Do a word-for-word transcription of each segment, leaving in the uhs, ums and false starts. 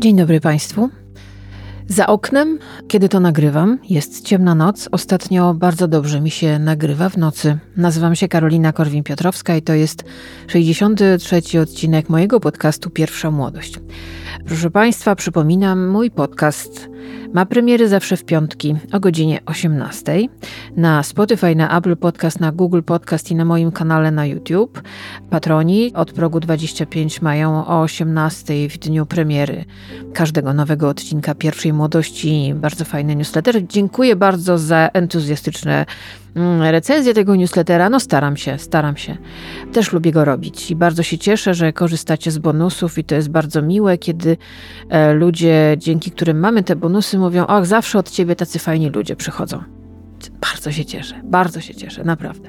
Dzień dobry Państwu. Za oknem, kiedy to nagrywam, jest ciemna noc. Ostatnio bardzo dobrze mi się nagrywa w nocy. Nazywam się Karolina Korwin-Piotrowska i to jest sześćdziesiąty trzeci odcinek mojego podcastu Pierwsza Młodość. Proszę Państwa, przypominam, mój podcast ma premiery zawsze w piątki o godzinie osiemnastej na Spotify, na Apple Podcast, na Google Podcast i na moim kanale na YouTube. Patroni od progu dwadzieścia pięć mają o osiemnastej w dniu premiery każdego nowego odcinka Pierwszej Młodości bardzo fajny newsletter. Dziękuję bardzo za entuzjastyczne recenzję tego newslettera. No staram się, staram się. Też lubię go robić i bardzo się cieszę, że korzystacie z bonusów i to jest bardzo miłe, kiedy ludzie, dzięki którym mamy te bonusy, mówią: och, zawsze od ciebie tacy fajni ludzie przychodzą. Bardzo się cieszę, bardzo się cieszę, naprawdę.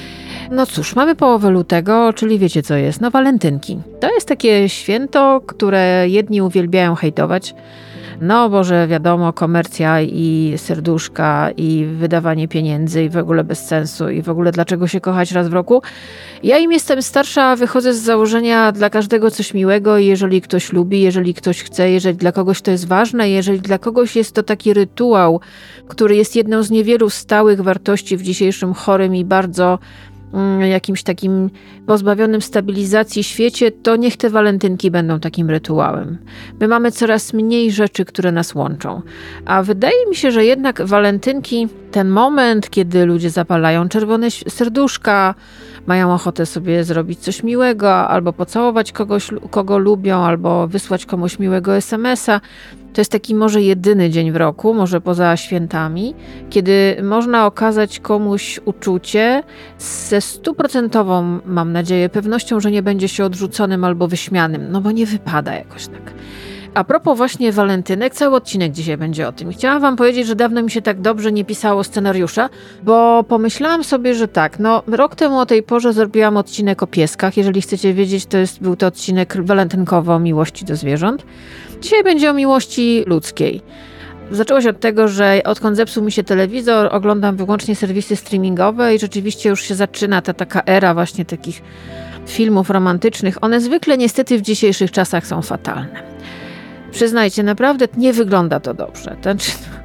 No cóż, mamy połowę lutego, czyli wiecie co jest, no walentynki. To jest takie święto, które jedni uwielbiają hejtować, no bo że wiadomo, komercja i serduszka i wydawanie pieniędzy i w ogóle bez sensu i w ogóle dlaczego się kochać raz w roku. Ja im jestem starsza, wychodzę z założenia dla każdego coś miłego i jeżeli ktoś lubi, jeżeli ktoś chce, jeżeli dla kogoś to jest ważne, jeżeli dla kogoś jest to taki rytuał, który jest jedną z niewielu stałych wartości w dzisiejszym chorym i bardzo jakimś takim pozbawionym stabilizacji świecie, to niech te walentynki będą takim rytuałem. My mamy coraz mniej rzeczy, które nas łączą. A wydaje mi się, że jednak walentynki, ten moment, kiedy ludzie zapalają czerwone serduszka, mają ochotę sobie zrobić coś miłego, albo pocałować kogoś, kogo lubią, albo wysłać komuś miłego es em es a, to jest taki może jedyny dzień w roku, może poza świętami, kiedy można okazać komuś uczucie ze stuprocentową, mam nadzieję, pewnością, że nie będzie się odrzuconym albo wyśmianym, no bo nie wypada jakoś tak. A propos właśnie walentynek, cały odcinek dzisiaj będzie o tym. Chciałam wam powiedzieć, że dawno mi się tak dobrze nie pisało scenariusza, bo pomyślałam sobie, że tak, no rok temu o tej porze zrobiłam odcinek o pieskach. Jeżeli chcecie wiedzieć, to jest, był to odcinek walentynkowy o miłości do zwierząt. Dzisiaj będzie o miłości ludzkiej. Zaczęło się od tego, że odkąd zepsuł mi się telewizor, oglądam wyłącznie serwisy streamingowe i rzeczywiście już się zaczyna ta taka era właśnie takich filmów romantycznych. One zwykle niestety w dzisiejszych czasach są fatalne. Przyznajcie, naprawdę nie wygląda to dobrze. To,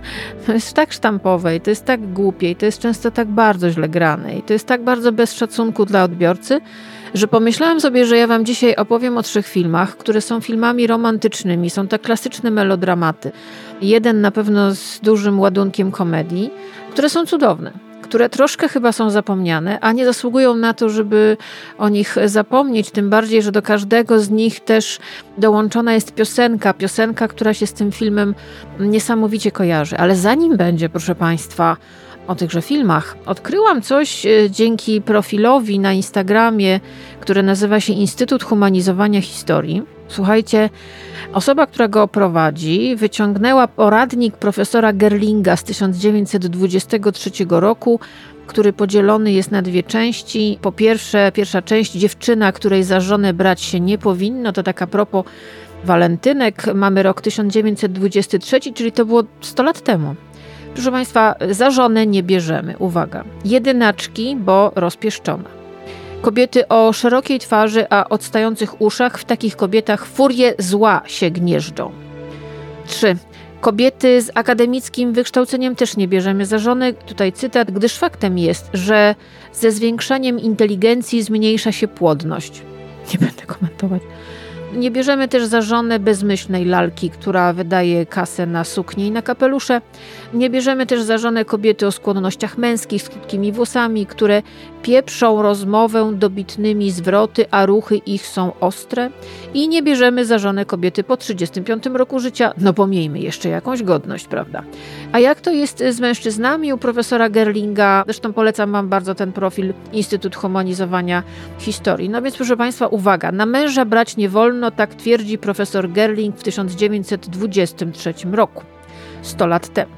to jest tak sztampowe i to jest tak głupie i to jest często tak bardzo źle grane i to jest tak bardzo bez szacunku dla odbiorcy, że pomyślałam sobie, że ja wam dzisiaj opowiem o trzech filmach, które są filmami romantycznymi. Są to klasyczne melodramaty. Jeden na pewno z dużym ładunkiem komedii, które są cudowne, które troszkę chyba są zapomniane, a nie zasługują na to, żeby o nich zapomnieć, tym bardziej, że do każdego z nich też dołączona jest piosenka, piosenka, która się z tym filmem niesamowicie kojarzy. Ale zanim będzie, proszę Państwa, o tychże filmach, odkryłam coś dzięki profilowi na Instagramie, który nazywa się Instytut Humanizowania Historii. Słuchajcie, osoba, która go prowadzi, wyciągnęła poradnik profesora Gerlinga z tysiąc dziewięćset dwudziestego trzeciego roku, który podzielony jest na dwie części. Po pierwsze, pierwsza część, dziewczyna, której za żonę brać się nie powinno, to tak a propos walentynek. Mamy rok tysiąc dziewięćset dwudziesty trzeci, czyli to było sto lat temu. Proszę Państwa, za żonę nie bierzemy. Uwaga. Jedynaczki, bo rozpieszczona. Kobiety o szerokiej twarzy, a odstających uszach, w takich kobietach furie zła się gnieżdżą. Trzy. Kobiety z akademickim wykształceniem też nie bierzemy za żonę. Tutaj cytat, gdyż faktem jest, że ze zwiększaniem inteligencji zmniejsza się płodność. Nie będę komentować. Nie bierzemy też za żonę bezmyślnej lalki, która wydaje kasę na suknie i na kapelusze. Nie bierzemy też za żonę kobiety o skłonnościach męskich z krótkimi włosami, które pieprzą rozmowę dobitnymi zwroty, a ruchy ich są ostre. I nie bierzemy za żonę kobiety po trzydziestym piątym roku życia, no bo miejmy jeszcze jakąś godność, prawda? A jak to jest z mężczyznami u profesora Gerlinga? Zresztą polecam wam bardzo ten profil Instytut Humanizowania Historii. No więc proszę Państwa, uwaga, na męża brać nie wolno, tak twierdzi profesor Gerling w tysiąc dziewięćset dwudziestym trzecim roku, sto lat temu.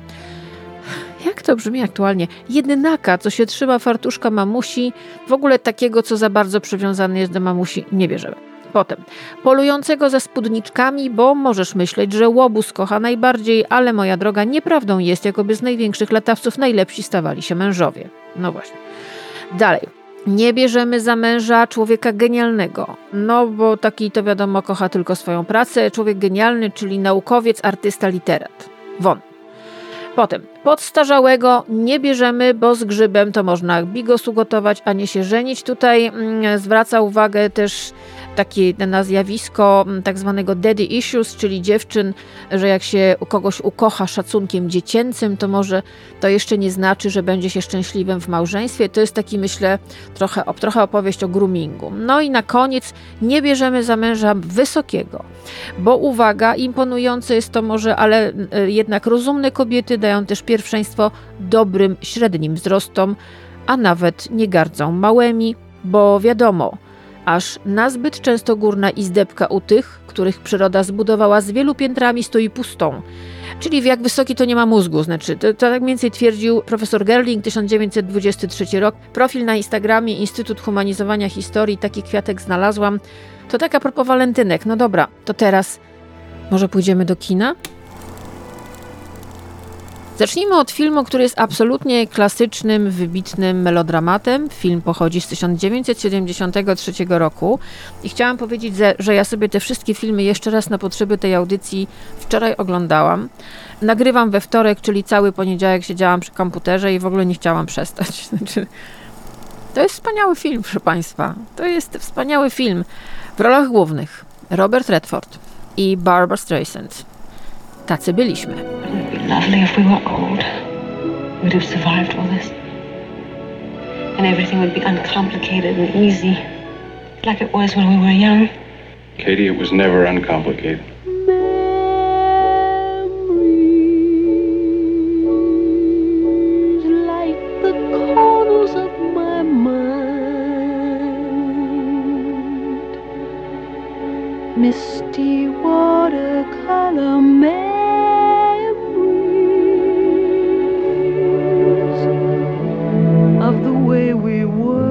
Jak to brzmi aktualnie? Jedynaka, co się trzyma fartuszka mamusi, w ogóle takiego, co za bardzo przywiązany jest do mamusi, nie bierzemy. Potem, polującego za spódniczkami, bo możesz myśleć, że łobuz kocha najbardziej, ale moja droga, nieprawdą jest, jakoby z największych latawców najlepsi stawali się mężowie. No właśnie. Dalej. Nie bierzemy za męża człowieka genialnego, no bo taki to wiadomo kocha tylko swoją pracę. Człowiek genialny, czyli naukowiec, artysta, literat. Won. Potem podstarzałego nie bierzemy, bo z grzybem to można bigos ugotować, a nie się żenić. Tutaj mm, zwraca uwagę też takie na zjawisko tak zwanego daddy issues, czyli dziewczyn, że jak się kogoś ukocha szacunkiem dziecięcym, to może to jeszcze nie znaczy, że będzie się szczęśliwym w małżeństwie. To jest taki, myślę, trochę, trochę opowieść o groomingu. No i na koniec nie bierzemy za męża wysokiego, bo uwaga, imponujące jest to może, ale jednak rozumne kobiety dają też pierwszeństwo dobrym, średnim wzrostom, a nawet nie gardzą małymi, bo wiadomo, aż nazbyt często górna izdebka u tych, których przyroda zbudowała z wielu piętrami, stoi pustą. Czyli jak wysoki to nie ma mózgu, znaczy to, to tak mniej więcej twierdził profesor Gerling, tysiąc dziewięćset dwudziesty trzeci rok. Profil na Instagramie Instytut Humanizowania Historii, taki kwiatek znalazłam. To tak a propos walentynek. No dobra, to teraz może pójdziemy do kina? Zacznijmy od filmu, który jest absolutnie klasycznym, wybitnym melodramatem. Film pochodzi z tysiąc dziewięćset siedemdziesiątego trzeciego roku i chciałam powiedzieć, że ja sobie te wszystkie filmy jeszcze raz na potrzeby tej audycji wczoraj oglądałam. Nagrywam we wtorek, czyli cały poniedziałek siedziałam przy komputerze i w ogóle nie chciałam przestać. Znaczy, to jest wspaniały film, proszę Państwa. To jest wspaniały film. W rolach głównych Robert Redford i Barbra Streisand. Tacy byliśmy. Wouldn't it be lovely if we were old? We'd have survived all this. And everything would be uncomplicated and easy. Like it was when we were young. Katie, it was never uncomplicated. Memories like the corners of my mind. Misty watercolor memories of the way we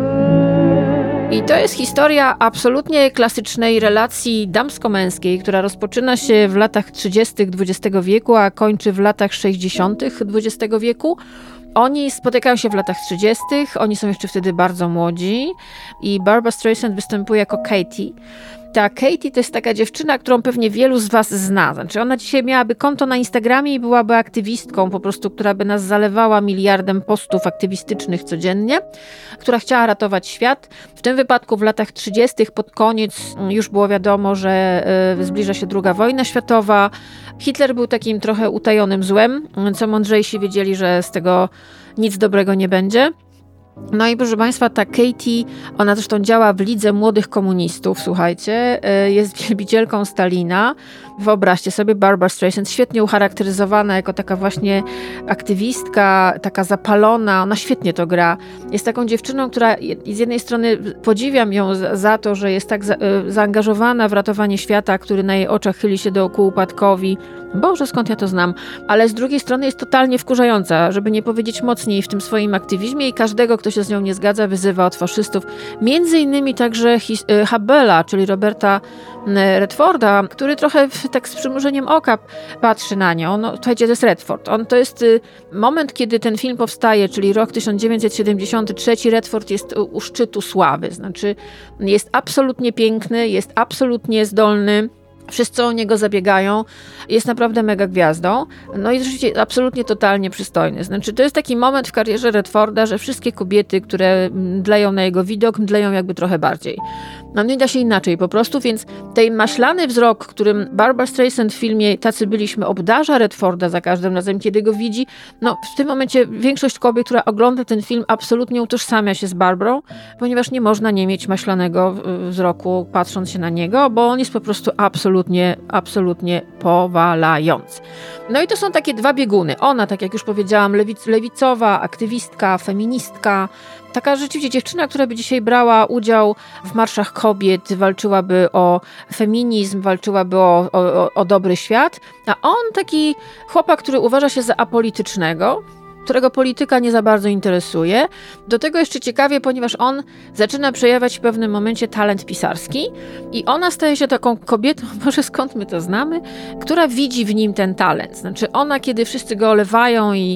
were. I to jest historia absolutnie klasycznej relacji damsko-męskiej, która rozpoczyna się w latach trzydziestych dwudziestego wieku, a kończy w latach sześćdziesiątych dwudziestego wieku. Oni spotykają się w latach trzydziestych, oni są jeszcze wtedy bardzo młodzi i Barbra Streisand występuje jako Katie. Ta Katie to jest taka dziewczyna, którą pewnie wielu z was zna. Znaczy ona dzisiaj miałaby konto na Instagramie i byłaby aktywistką po prostu, która by nas zalewała miliardem postów aktywistycznych codziennie, która chciała ratować świat. W tym wypadku w latach trzydziestych pod koniec już było wiadomo, że y, zbliża się druga wojna światowa. Hitler był takim trochę utajonym złem, co mądrzejsi wiedzieli, że z tego nic dobrego nie będzie. No i proszę Państwa, ta Katie, ona zresztą działa w Lidze Młodych Komunistów, słuchajcie, jest wielbicielką Stalina. Wyobraźcie sobie, Barbra Streisand, świetnie ucharakteryzowana jako taka właśnie aktywistka, taka zapalona, ona świetnie to gra. Jest taką dziewczyną, która z jednej strony podziwiam ją za to, że jest tak za, zaangażowana w ratowanie świata, który na jej oczach chyli się dookoła upadkowi. Boże, skąd ja to znam? Ale z drugiej strony jest totalnie wkurzająca, żeby nie powiedzieć mocniej w tym swoim aktywizmie i każdego, kto się z nią nie zgadza, wyzywa od faszystów. Między innymi także Habela, czyli Roberta Redforda, który trochę tak z przymrużeniem oka patrzy na nią. No, słuchajcie, to jest Redford. On, to jest moment, kiedy ten film powstaje, czyli rok tysiąc dziewięćset siedemdziesiąty trzeci. Redford jest u, u szczytu sławy. Znaczy jest absolutnie piękny, jest absolutnie zdolny. Wszyscy o niego zabiegają, jest naprawdę mega gwiazdą, no i rzeczywiście absolutnie totalnie przystojny. Znaczy to jest taki moment w karierze Redforda, że wszystkie kobiety, które mdleją na jego widok, mdleją jakby trochę bardziej. No nie da się inaczej po prostu, więc ten maślany wzrok, którym Barbra Streisand w filmie Tacy byliśmy obdarza Redforda za każdym razem, kiedy go widzi, no w tym momencie większość kobiet, która ogląda ten film, absolutnie utożsamia się z Barbrą, ponieważ nie można nie mieć maślanego wzroku patrząc się na niego, bo on jest po prostu absolutnie Absolutnie, absolutnie powalający. No i to są takie dwa bieguny. Ona, tak jak już powiedziałam, lewic, lewicowa, aktywistka, feministka, taka rzeczywiście dziewczyna, która by dzisiaj brała udział w marszach kobiet, walczyłaby o feminizm, walczyłaby o, o, o dobry świat, a on taki chłopak, który uważa się za apolitycznego, którego polityka nie za bardzo interesuje. Do tego jeszcze ciekawie, ponieważ on zaczyna przejawiać w pewnym momencie talent pisarski i ona staje się taką kobietą, może skąd my to znamy, która widzi w nim ten talent. Znaczy ona, kiedy wszyscy go olewają i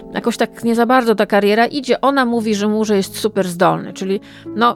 jakoś tak nie za bardzo ta kariera idzie. Ona mówi, że mąż jest super zdolny, czyli no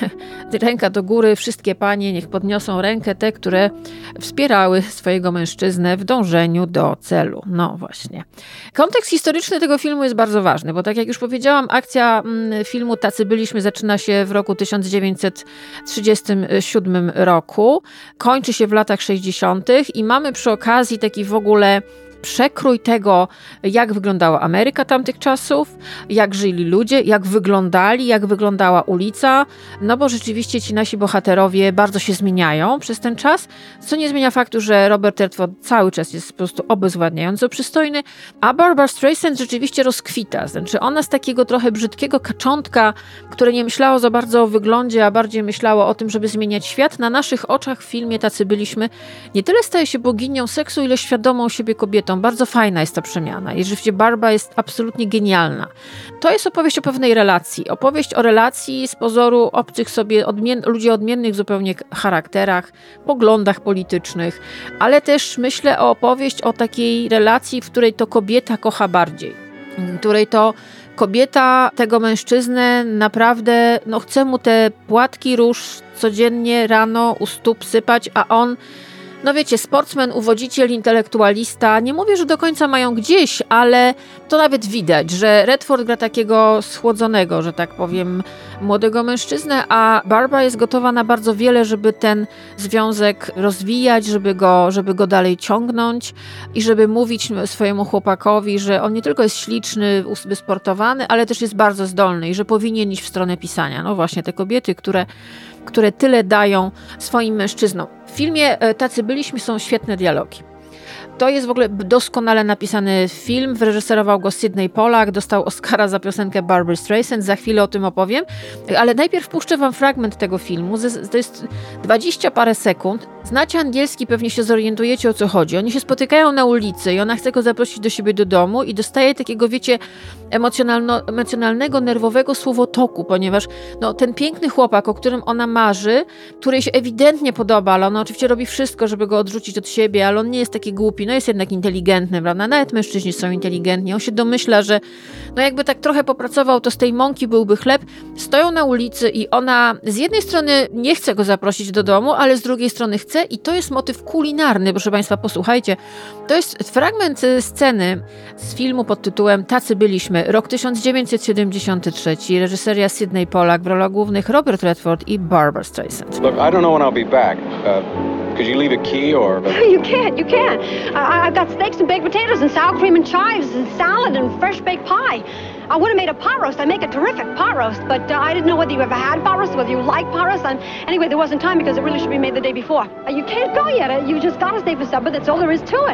ręka do góry, wszystkie panie niech podniosą rękę, te, które wspierały swojego mężczyznę w dążeniu do celu. No właśnie. Kontekst historyczny tego filmu jest bardzo ważny, bo tak jak już powiedziałam, akcja filmu Tacy byliśmy zaczyna się w roku tysiąc dziewięćset trzydziestym siódmym roku, kończy się w latach sześćdziesiątych i mamy przy okazji taki w ogóle przekrój tego, jak wyglądała Ameryka tamtych czasów, jak żyli ludzie, jak wyglądali, jak wyglądała ulica, no bo rzeczywiście ci nasi bohaterowie bardzo się zmieniają przez ten czas, co nie zmienia faktu, że Robert Redford cały czas jest po prostu obezwładniająco przystojny, a Barbara Streisand rzeczywiście rozkwita, znaczy ona z takiego trochę brzydkiego kaczątka, które nie myślało za bardzo o wyglądzie, a bardziej myślało o tym, żeby zmieniać świat, na naszych oczach w filmie Tacy byliśmy, nie tyle staje się boginią seksu, ile świadomą siebie kobietą. Bardzo fajna jest ta przemiana i rzeczywiście Barbara jest absolutnie genialna. To jest opowieść o pewnej relacji. Opowieść o relacji z pozoru obcych sobie odmien- ludzi o odmiennych zupełnie charakterach, poglądach politycznych, ale też myślę o opowieść o takiej relacji, w której to kobieta kocha bardziej, w której to kobieta tego mężczyznę naprawdę, no chce mu te płatki róż codziennie rano u stóp sypać, a on no wiecie, sportsmen, uwodziciel, intelektualista, nie mówię, że do końca mają gdzieś, ale to nawet widać, że Redford gra takiego schłodzonego, że tak powiem, młodego mężczyznę, a Barbara jest gotowa na bardzo wiele, żeby ten związek rozwijać, żeby go, żeby go dalej ciągnąć i żeby mówić swojemu chłopakowi, że on nie tylko jest śliczny, wysportowany, ale też jest bardzo zdolny i że powinien iść w stronę pisania. No właśnie, te kobiety, które które tyle dają swoim mężczyznom. W filmie Tacy byliśmy są świetne dialogi. To jest w ogóle doskonale napisany film, wyreżyserował go Sydney Pollack, dostał Oscara za piosenkę Barbary Streisand, za chwilę o tym opowiem, ale najpierw puszczę wam fragment tego filmu, to jest dwadzieścia parę sekund. Znacie angielski, pewnie się zorientujecie, o co chodzi. Oni się spotykają na ulicy i ona chce go zaprosić do siebie do domu i dostaje takiego, wiecie, emocjonalno, emocjonalnego, nerwowego słowotoku, ponieważ no, ten piękny chłopak, o którym ona marzy, który jej się ewidentnie podoba, ale ona oczywiście robi wszystko, żeby go odrzucić od siebie, ale on nie jest taki głupi, no jest jednak inteligentny, prawda? Nawet mężczyźni są inteligentni. On się domyśla, że no jakby tak trochę popracował, to z tej mąki byłby chleb. Stoją na ulicy i ona z jednej strony nie chce go zaprosić do domu, ale z drugiej strony chce i to jest motyw kulinarny, proszę Państwa, posłuchajcie. To jest fragment sceny z filmu pod tytułem Tacy byliśmy, rok tysiąc dziewięćset siedemdziesiąty trzeci, reżyseria Sydney Pollack, w rolach głównych Robert Redford i Barbara Streisand. Look, I don't know when I'll be back. Uh... Could you leave a key or... You can't, you can't. I, I've got steaks and baked potatoes and sour cream and chives and salad and fresh baked pie. I would have made a pot roast. I make a terrific pot roast, but uh, I didn't know whether you ever had pot roast, whether you like pot roast. And anyway, there wasn't time because it really should be made the day before. Uh, you can't go yet. Uh, you just got to stay for supper. That's all there is to it.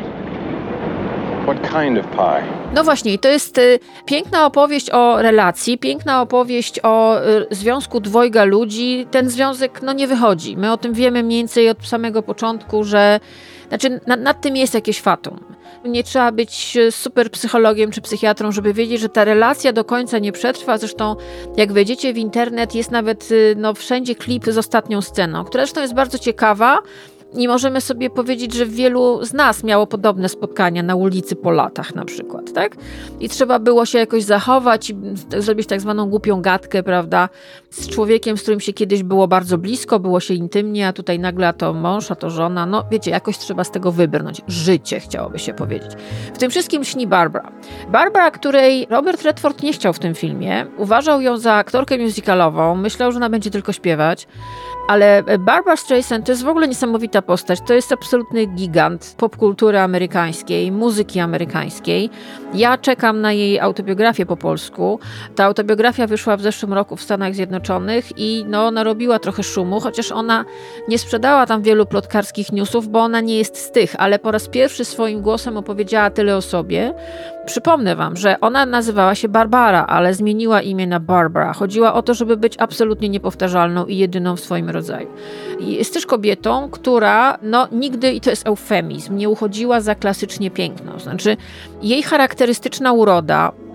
What kind of pie? No właśnie, to jest y, piękna opowieść o relacji, piękna opowieść o y, związku dwojga ludzi. Ten związek no nie wychodzi. My o tym wiemy mniej więcej od samego początku, że znaczy nad, nad tym jest jakieś fatum. Nie trzeba być super psychologiem czy psychiatrą, żeby wiedzieć, że ta relacja do końca nie przetrwa. Zresztą jak wejdziecie w internet, jest nawet y, no, wszędzie klip z ostatnią sceną, która zresztą jest bardzo ciekawa. I możemy sobie powiedzieć, że wielu z nas miało podobne spotkania na ulicy po latach na przykład, tak? I trzeba było się jakoś zachować i zrobić tak zwaną głupią gadkę, prawda? Z człowiekiem, z którym się kiedyś było bardzo blisko, było się intymnie, a tutaj nagle a to mąż, a to żona. No wiecie, jakoś trzeba z tego wybrnąć. Życie, chciałoby się powiedzieć. W tym wszystkim śni Barbara. Barbara, której Robert Redford nie chciał w tym filmie, uważał ją za aktorkę musicalową, myślał, że ona będzie tylko śpiewać. Ale Barbara Streisand to jest w ogóle niesamowita postać. To jest absolutny gigant popkultury amerykańskiej, muzyki amerykańskiej. Ja czekam na jej autobiografię po polsku. Ta autobiografia wyszła w zeszłym roku w Stanach Zjednoczonych i no, narobiła trochę szumu, chociaż ona nie sprzedała tam wielu plotkarskich newsów, bo ona nie jest z tych, ale po raz pierwszy swoim głosem opowiedziała tyle o sobie. Przypomnę wam, że ona nazywała się Barbara, ale zmieniła imię na Barbara. Chodziła o to, żeby być absolutnie niepowtarzalną i jedyną w swoim rodzaju. I jest też kobietą, która no nigdy, i to jest eufemizm, nie uchodziła za klasycznie piękną. Znaczy jej charakterystyczna uroda,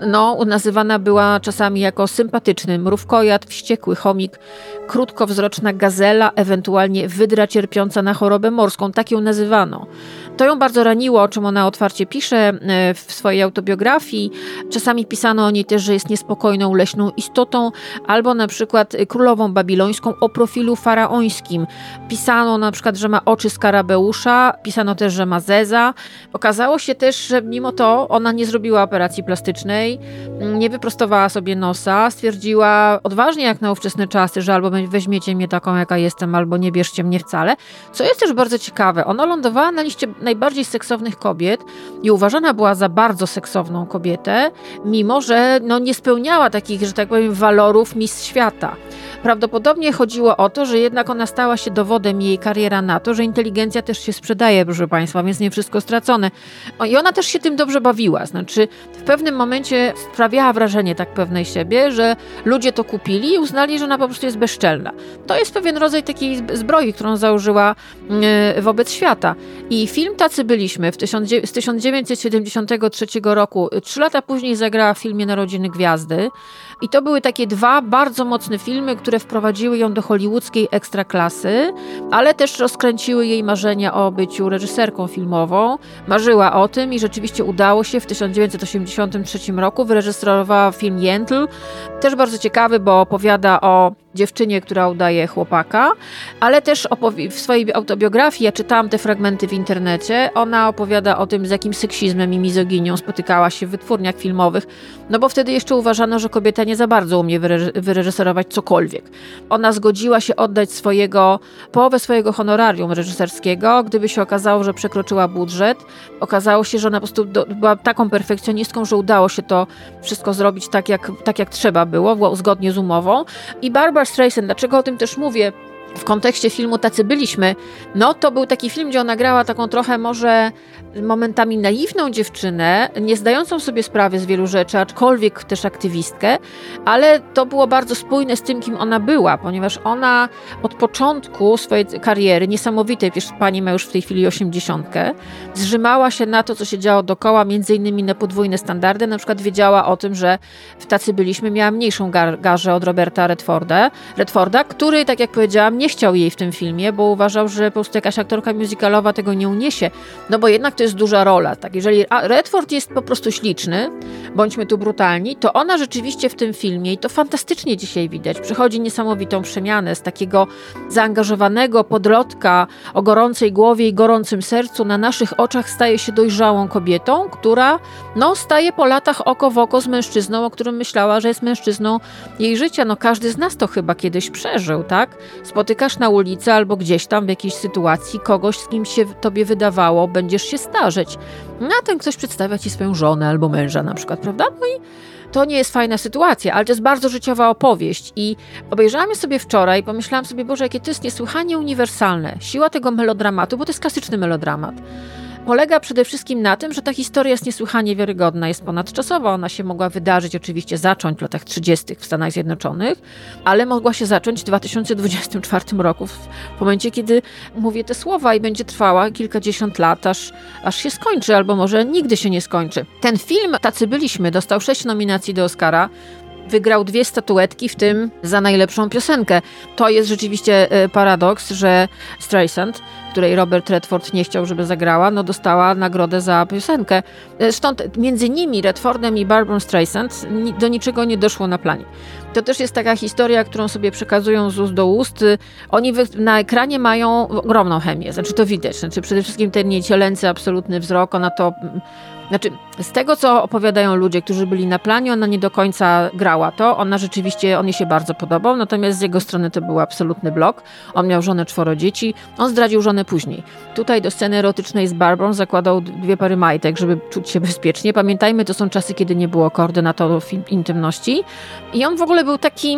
no, nazywana była czasami jako sympatyczny mrówkojad, wściekły chomik, krótkowzroczna gazela, ewentualnie wydra cierpiąca na chorobę morską. Tak ją nazywano. To ją bardzo raniło, o czym ona otwarcie pisze w swojej autobiografii. Czasami pisano o niej też, że jest niespokojną, leśną istotą, albo na przykład królową babilońską o profilu faraońskim. Pisano na przykład, że ma oczy skarabeusza, pisano też, że ma zeza. Okazało się też, że mimo to ona nie zrobiła operacji plastycznej, nie wyprostowała sobie nosa, stwierdziła odważnie jak na ówczesne czasy, że albo weźmiecie mnie taką, jaka jestem, albo nie bierzcie mnie wcale. Co jest też bardzo ciekawe, ona lądowała na liście najbardziej seksownych kobiet i uważana była za bardzo seksowną kobietę, mimo że no, nie spełniała takich, że tak powiem, walorów Miss Świata. Prawdopodobnie chodziło o to, że jednak ona stała się dowodem jej kariera na to, że inteligencja też się sprzedaje, proszę Państwa, więc nie wszystko stracone. I ona też się tym dobrze bawiła, znaczy w pewnym momencie sprawiała wrażenie tak pewnej siebie, że ludzie to kupili i uznali, że ona po prostu jest bezczelna. To jest pewien rodzaj takiej zbroi, którą założyła yy, wobec świata. I film Tacy byliśmy w z tysiąc dziewięćset siedemdziesiątego trzeciego roku, trzy lata później zagrała w filmie Narodziny Gwiazdy. I to były takie dwa bardzo mocne filmy, które wprowadziły ją do hollywoodzkiej ekstraklasy, ale też rozkręciły jej marzenia o byciu reżyserką filmową. Marzyła o tym i rzeczywiście udało się. W tysiąc dziewięćset osiemdziesiątym trzecim roku wyreżyserowała film Jętl. Też bardzo ciekawy, bo opowiada o dziewczynie, która udaje chłopaka, ale też opowi- w swojej autobiografii, ja czytałam te fragmenty w internecie, ona opowiada o tym, z jakim seksizmem i mizoginią spotykała się w wytwórniach filmowych, no bo wtedy jeszcze uważano, że kobieta nie za bardzo umie wyre- wyreżyserować cokolwiek. Ona zgodziła się oddać swojego, połowę swojego honorarium reżyserskiego, gdyby się okazało, że przekroczyła budżet. Okazało się, że ona po prostu do, była taką perfekcjonistką, że udało się to wszystko zrobić tak jak, tak jak trzeba było, zgodnie z umową. I Barbara Streisand, dlaczego o tym też mówię w kontekście filmu Tacy byliśmy, no to był taki film, gdzie ona grała taką trochę może momentami naiwną dziewczynę, nie zdającą sobie sprawy z wielu rzeczy, aczkolwiek też aktywistkę, ale to było bardzo spójne z tym, kim ona była, ponieważ ona od początku swojej kariery, niesamowitej, wiesz, pani ma już w tej chwili osiemdziesiątkę, zrzymała się na to, co się działo dookoła, między innymi na podwójne standardy, na przykład wiedziała o tym, że w Tacy byliśmy miała mniejszą gar- garzę od Roberta Redforda, Redforda, który, tak jak powiedziałam, nie chciał jej w tym filmie, bo uważał, że po prostu jakaś aktorka musicalowa tego nie uniesie, no bo jednak to jest duża rola, tak, jeżeli Redford jest po prostu śliczny, bądźmy tu brutalni, to ona rzeczywiście w tym filmie, i to fantastycznie dzisiaj widać, przychodzi niesamowitą przemianę z takiego zaangażowanego podlotka o gorącej głowie i gorącym sercu, na naszych oczach staje się dojrzałą kobietą, która no staje po latach oko w oko z mężczyzną, o którym myślała, że jest mężczyzną jej życia, no każdy z nas to chyba kiedyś przeżył, tak, spotykasz na ulicy albo gdzieś tam w jakiejś sytuacji kogoś, z kim się tobie wydawało, będziesz się starzeć. A ten ktoś przedstawia ci swoją żonę albo męża na przykład, prawda? No i to nie jest fajna sytuacja, ale to jest bardzo życiowa opowieść i obejrzałam je sobie wczoraj i pomyślałam sobie, Boże, jakie to jest niesłychanie uniwersalne. Siła tego melodramatu, bo to jest klasyczny melodramat, polega przede wszystkim na tym, że ta historia jest niesłychanie wiarygodna, jest ponadczasowa. Ona się mogła wydarzyć, oczywiście zacząć w latach trzydziestych w Stanach Zjednoczonych, ale mogła się zacząć w dwa tysiące dwudziestym czwartym roku, w momencie, kiedy mówię te słowa i będzie trwała kilkadziesiąt lat, aż, aż się skończy, albo może nigdy się nie skończy. Ten film, Tacy byliśmy, dostał sześć nominacji do Oscara, wygrał dwie statuetki, w tym za najlepszą piosenkę. To jest rzeczywiście paradoks, że Streisand, której Robert Redford nie chciał, żeby zagrała, no dostała nagrodę za piosenkę. Stąd między nimi, Redfordem i Barbarą Streisand, do niczego nie doszło na planie. To też jest taka historia, którą sobie przekazują z ust do ust. Oni na ekranie mają ogromną chemię, znaczy to widać. Znaczy przede wszystkim ten jej cielęcy, absolutny wzrok, ona to... Znaczy, z tego, co opowiadają ludzie, którzy byli na planie, ona nie do końca grała to. Ona rzeczywiście, on jej się bardzo podobał, natomiast z jego strony to był absolutny blok. On miał żonę, czworo dzieci. On zdradził żonę później. Tutaj do sceny erotycznej z Barbarą zakładał dwie pary majtek, żeby czuć się bezpiecznie. Pamiętajmy, to są czasy, kiedy nie było koordynatorów intymności. I on w ogóle był taki...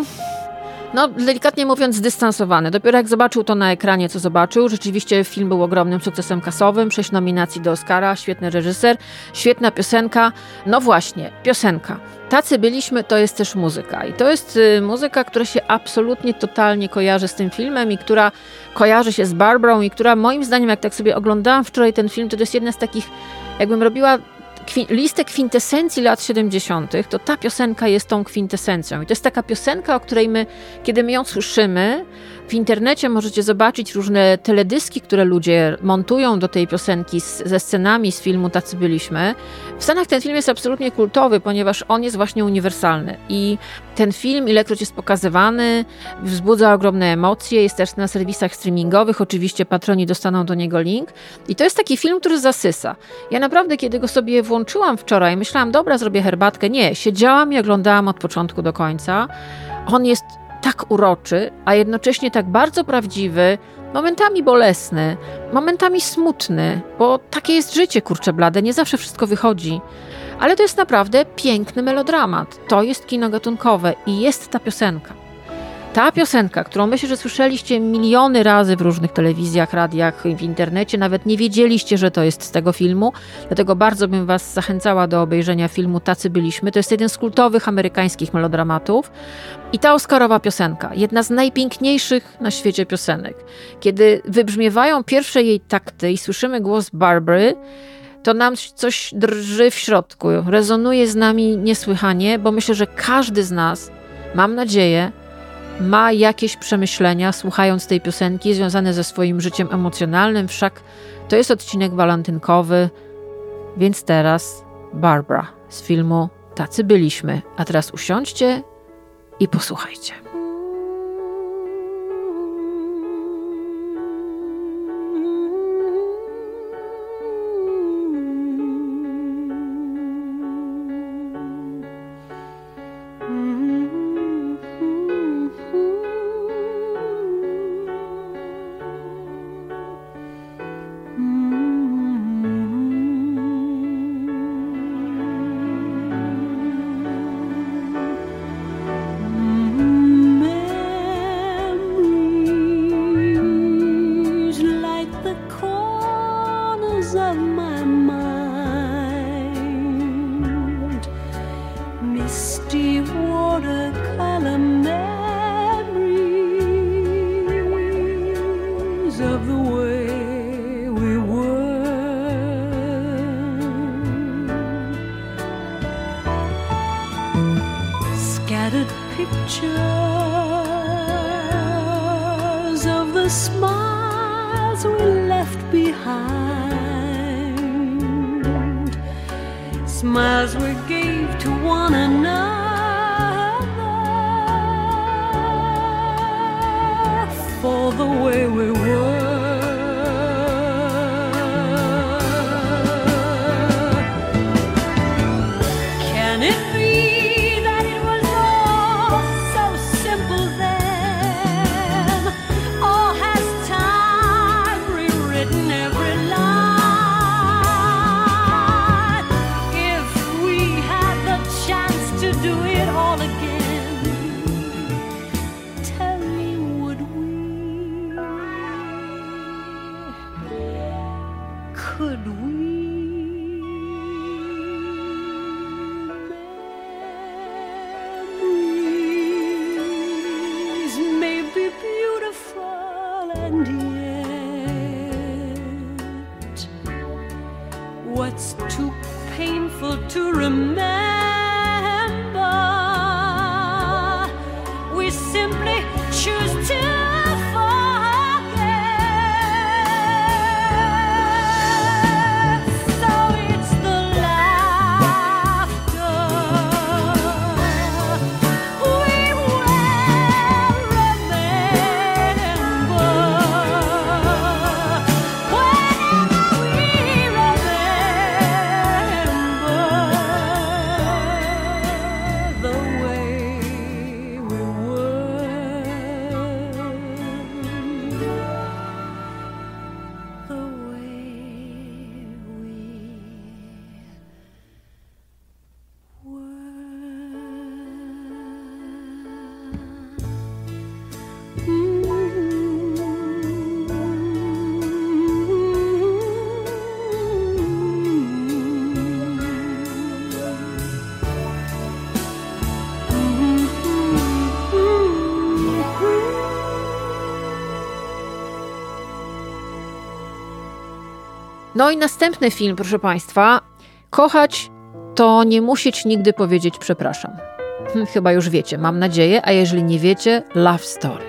no delikatnie mówiąc zdystansowany. Dopiero jak zobaczył to na ekranie, co zobaczył, rzeczywiście film był ogromnym sukcesem kasowym, sześć nominacji do Oscara, świetny reżyser, świetna piosenka. No właśnie, piosenka. Tacy byliśmy, to jest też muzyka. I to jest y, muzyka, która się absolutnie, totalnie kojarzy z tym filmem i która kojarzy się z Barbarą i która moim zdaniem, jak tak sobie oglądałam wczoraj ten film, to, to jest jedna z takich, jakbym robiła kwi- listę kwintesencji lat siedemdziesiątych, to ta piosenka jest tą kwintesencją. I to jest taka piosenka, o której my, kiedy my ją słyszymy, w internecie możecie zobaczyć różne teledyski, które ludzie montują do tej piosenki z, ze scenami z filmu Tacy byliśmy. W Stanach ten film jest absolutnie kultowy, ponieważ on jest właśnie uniwersalny. I ten film, ilekroć jest pokazywany, wzbudza ogromne emocje, jest też na serwisach streamingowych, oczywiście patroni dostaną do niego link. I to jest taki film, który zasysa. Ja naprawdę, kiedy go sobie włączyłam wczoraj, myślałam, dobra, zrobię herbatkę. Nie, siedziałam i oglądałam od początku do końca. On jest tak uroczy, a jednocześnie tak bardzo prawdziwy, momentami bolesny, momentami smutny, bo takie jest życie, kurczę blade, nie zawsze wszystko wychodzi. Ale to jest naprawdę piękny melodramat. To jest kino gatunkowe i jest ta piosenka. Ta piosenka, którą myślę, że słyszeliście miliony razy w różnych telewizjach, radiach, w internecie, nawet nie wiedzieliście, że to jest z tego filmu, dlatego bardzo bym was zachęcała do obejrzenia filmu Tacy byliśmy. To jest jeden z kultowych amerykańskich melodramatów. I ta oscarowa piosenka, jedna z najpiękniejszych na świecie piosenek. Kiedy wybrzmiewają pierwsze jej takty i słyszymy głos Barbary, to nam coś drży w środku, rezonuje z nami niesłychanie, bo myślę, że każdy z nas, mam nadzieję, ma jakieś przemyślenia, słuchając tej piosenki, związane ze swoim życiem emocjonalnym, wszak to jest odcinek walentynkowy, więc teraz Barbara z filmu Tacy byliśmy. A teraz usiądźcie i posłuchajcie. Smiles we gave to one another for the way we were. Can it be that it was all so simple then? Or has time rewritten every line? To do it all again, tell me, would we? Could we? Memories may be beautiful, and yet what's too painful to remember? We simply choose to forget. So it's the laughter we will remember whenever we remember the way we No i następny film, proszę Państwa, Kochać to nie musieć nigdy powiedzieć przepraszam. Hm, chyba już wiecie, mam nadzieję, a jeżeli nie wiecie, Love Story.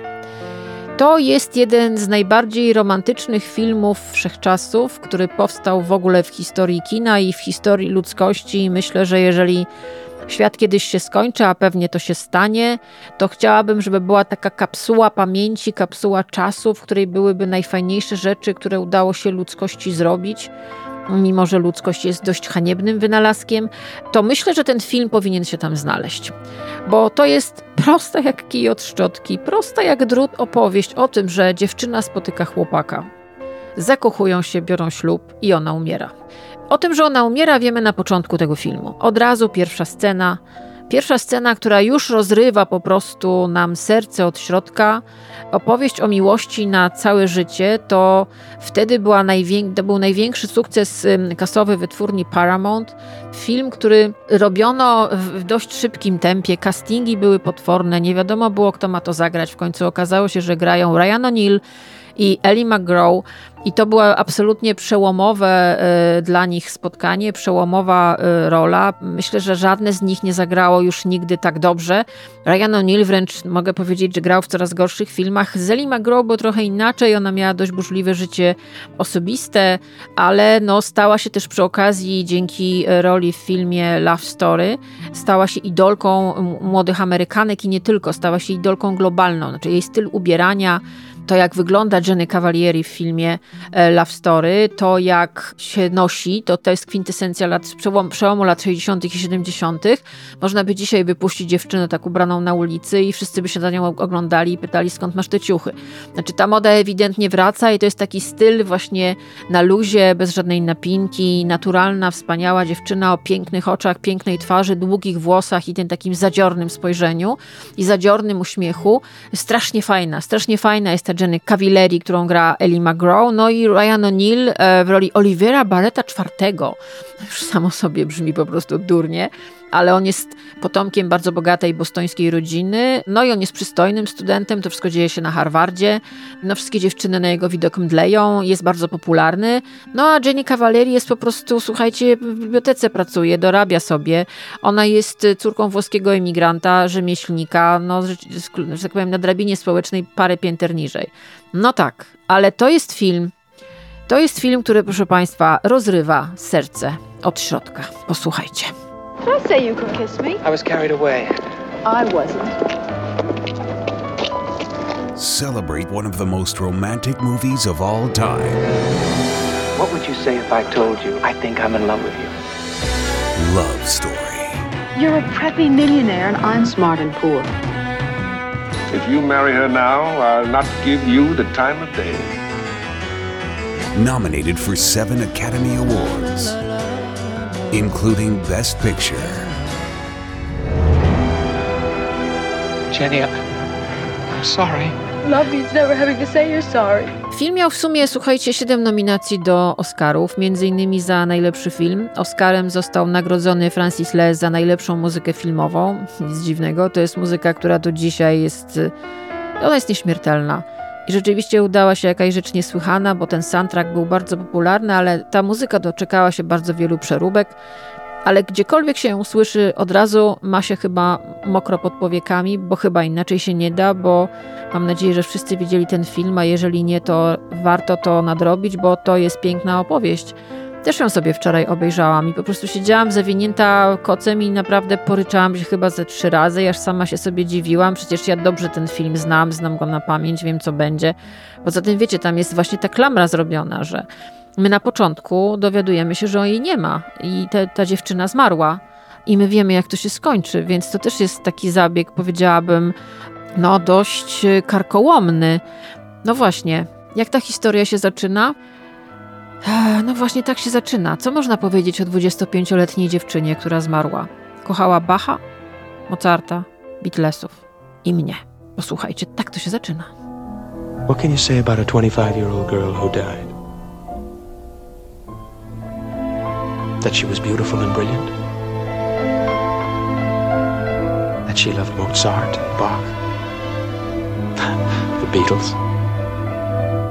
To jest jeden z najbardziej romantycznych filmów wszechczasów, który powstał w ogóle w historii kina i w historii ludzkości. Myślę, że jeżeli świat kiedyś się skończy, a pewnie to się stanie, to chciałabym, żeby była taka kapsuła pamięci, kapsuła czasu, w której byłyby najfajniejsze rzeczy, które udało się ludzkości zrobić. Mimo że ludzkość jest dość haniebnym wynalazkiem, to myślę, że ten film powinien się tam znaleźć. Bo to jest prosta jak kij od szczotki, prosta jak drut opowieść o tym, że dziewczyna spotyka chłopaka. Zakochują się, biorą ślub i ona umiera. O tym, że ona umiera, wiemy na początku tego filmu. Od razu pierwsza scena. Pierwsza scena, która już rozrywa po prostu nam serce od środka. Opowieść o miłości na całe życie, to wtedy była najwię- to był największy sukces kasowy wytwórni Paramount. Film, który robiono w dość szybkim tempie. Castingi były potworne, nie wiadomo było, kto ma to zagrać. W końcu okazało się, że grają Ryan O'Neal i Ellie McGraw. I to było absolutnie przełomowe y, dla nich spotkanie, przełomowa y, rola. Myślę, że żadne z nich nie zagrało już nigdy tak dobrze. Ryan O'Neal wręcz mogę powiedzieć, że grał w coraz gorszych filmach. Z Ellie McGraw było trochę inaczej, ona miała dość burzliwe życie osobiste, ale no, stała się też przy okazji dzięki roli w filmie Love Story, stała się idolką młodych Amerykanek i nie tylko, stała się idolką globalną. Znaczy jej styl ubierania, to jak wygląda Jenny Cavalieri w filmie Love Story, to jak się nosi, to to jest kwintesencja lat, przełom, przełomu lat sześćdziesiątych i siedemdziesiątych. Można by dzisiaj wypuścić dziewczynę tak ubraną na ulicy i wszyscy by się za nią oglądali i pytali, skąd masz te ciuchy. Znaczy ta moda ewidentnie wraca i to jest taki styl właśnie na luzie, bez żadnej napinki, naturalna, wspaniała dziewczyna o pięknych oczach, pięknej twarzy, długich włosach i tym takim zadziornym spojrzeniu i zadziornym uśmiechu. Strasznie fajna, strasznie fajna jest ta Jenny Cavalieri, którą gra Ellie McGraw, no i Ryan O'Neal w roli Olivera Barretta czwartego. Już samo sobie brzmi po prostu durnie, ale on jest potomkiem bardzo bogatej bostońskiej rodziny, no i on jest przystojnym studentem, to wszystko dzieje się na Harvardzie, no wszystkie dziewczyny na jego widok mdleją, jest bardzo popularny, no a Jenny Cavalieri jest po prostu, słuchajcie, w bibliotece pracuje, dorabia sobie, ona jest córką włoskiego emigranta, rzemieślnika, no, że, że tak powiem, na drabinie społecznej parę pięter niżej. No tak, ale to jest film, to jest film, który, proszę Państwa, rozrywa serce od środka. Posłuchajcie. Did I say you could kiss me? I was carried away. I wasn't. Celebrate one of the most romantic movies of all time. What would you say if I told you I think I'm in love with you? Love Story. You're a preppy millionaire and I'm smart and poor. If you marry her now, I'll not give you the time of day. Nominated for seven Academy Awards, including Best Picture. Jenny, I'm sorry. Love means never having to say you're sorry. Film miał w sumie, słuchajcie, siedem nominacji do Oscarów, między innymi za najlepszy film. Oscarem został nagrodzony Francis Les za najlepszą muzykę filmową. Nic dziwnego, to jest muzyka, która do dzisiaj jest, ona jest nieśmiertelna. I rzeczywiście udała się jakaś rzecz niesłychana, bo ten soundtrack był bardzo popularny, ale ta muzyka doczekała się bardzo wielu przeróbek. Ale gdziekolwiek się ją słyszy, od razu ma się chyba mokro pod powiekami, bo chyba inaczej się nie da, bo mam nadzieję, że wszyscy widzieli ten film, a jeżeli nie, to warto to nadrobić, bo to jest piękna opowieść. Też ją sobie wczoraj obejrzałam i po prostu siedziałam zawinięta kocem i naprawdę poryczałam się chyba ze trzy razy, aż sama się sobie dziwiłam. Przecież ja dobrze ten film znam, znam go na pamięć, wiem co będzie. Poza tym wiecie, tam jest właśnie ta klamra zrobiona, że my na początku dowiadujemy się, że jej nie ma i te, ta dziewczyna zmarła i my wiemy, jak to się skończy, więc to też jest taki zabieg, powiedziałabym, no dość karkołomny. No właśnie, jak ta historia się zaczyna? No właśnie tak się zaczyna. Co można powiedzieć o dwudziestopięcioletniej dziewczynie, która zmarła? Kochała Bacha, Mozarta, Beatlesów i mnie. Posłuchajcie, tak to się zaczyna. What can you say about a twenty-five-year-old girl who died? That she was beautiful and brilliant? That she loved Mozart, Bach, the Beatles,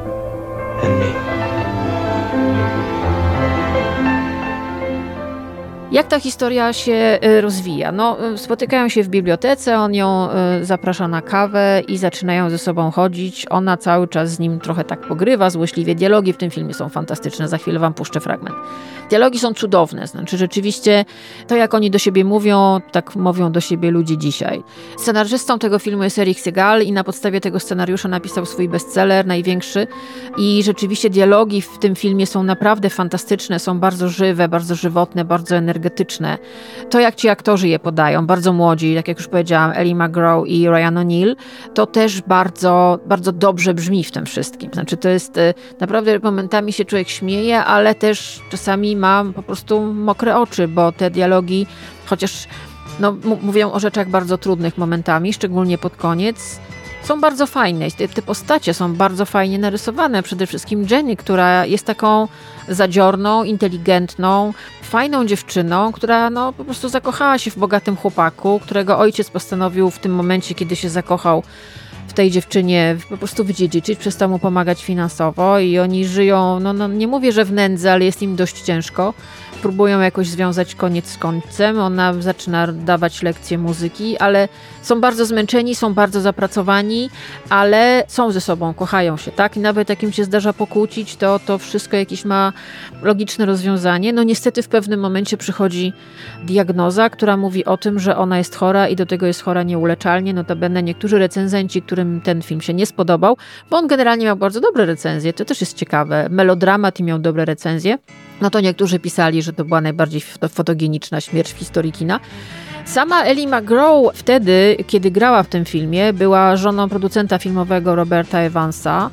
and me? Jak ta historia się rozwija? No, spotykają się w bibliotece, on ją zaprasza na kawę i zaczynają ze sobą chodzić. Ona cały czas z nim trochę tak pogrywa, złośliwie. Dialogi w tym filmie są fantastyczne, za chwilę wam puszczę fragment. Dialogi są cudowne, znaczy rzeczywiście to, jak oni do siebie mówią, tak mówią do siebie ludzie dzisiaj. Scenarzystą tego filmu jest Eric Segal i na podstawie tego scenariusza napisał swój bestseller, największy. I rzeczywiście dialogi w tym filmie są naprawdę fantastyczne, są bardzo żywe, bardzo żywotne, bardzo energetyczne. To, jak ci aktorzy je podają, bardzo młodzi, tak jak już powiedziałam, Ellie McGraw i Ryan O'Neal, to też bardzo, bardzo dobrze brzmi w tym wszystkim. Znaczy to jest naprawdę, momentami się człowiek śmieje, ale też czasami ma po prostu mokre oczy, bo te dialogi, chociaż no, m- mówią o rzeczach bardzo trudnych momentami, szczególnie pod koniec, są bardzo fajne. Te, te postacie są bardzo fajnie narysowane. Przede wszystkim Jenny, która jest taką zadziorną, inteligentną, fajną dziewczyną, która no, po prostu zakochała się w bogatym chłopaku, którego ojciec postanowił w tym momencie, kiedy się zakochał w tej dziewczynie, po prostu wydziedziczyć, przestał mu pomagać finansowo i oni żyją, no, no nie mówię, że w nędzy, ale jest im dość ciężko. Próbują jakoś związać koniec z końcem. Ona zaczyna dawać lekcje muzyki, ale są bardzo zmęczeni, są bardzo zapracowani, ale są ze sobą, kochają się, tak? I nawet jak im się zdarza pokłócić, to to wszystko jakieś ma logiczne rozwiązanie. No niestety w pewnym momencie przychodzi diagnoza, która mówi o tym, że ona jest chora i do tego jest chora nieuleczalnie. Notabene niektórzy recenzenci, którym ten film się nie spodobał, bo on generalnie miał bardzo dobre recenzje, to też jest ciekawe. Melodramat i miał dobre recenzje. No to niektórzy pisali, że to była najbardziej fotogeniczna śmierć w historii kina. Sama Ellie McGraw wtedy, kiedy grała w tym filmie, była żoną producenta filmowego Roberta Evansa.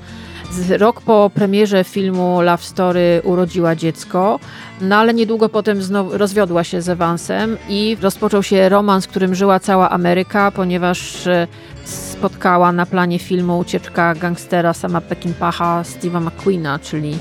Rok po premierze filmu Love Story urodziła dziecko, no ale niedługo potem znowu rozwiodła się z Evansem i rozpoczął się romans, którym żyła cała Ameryka, ponieważ spotkała na planie filmu ucieczka gangstera Sama Peckinpaha, Steve'a McQueena, czyli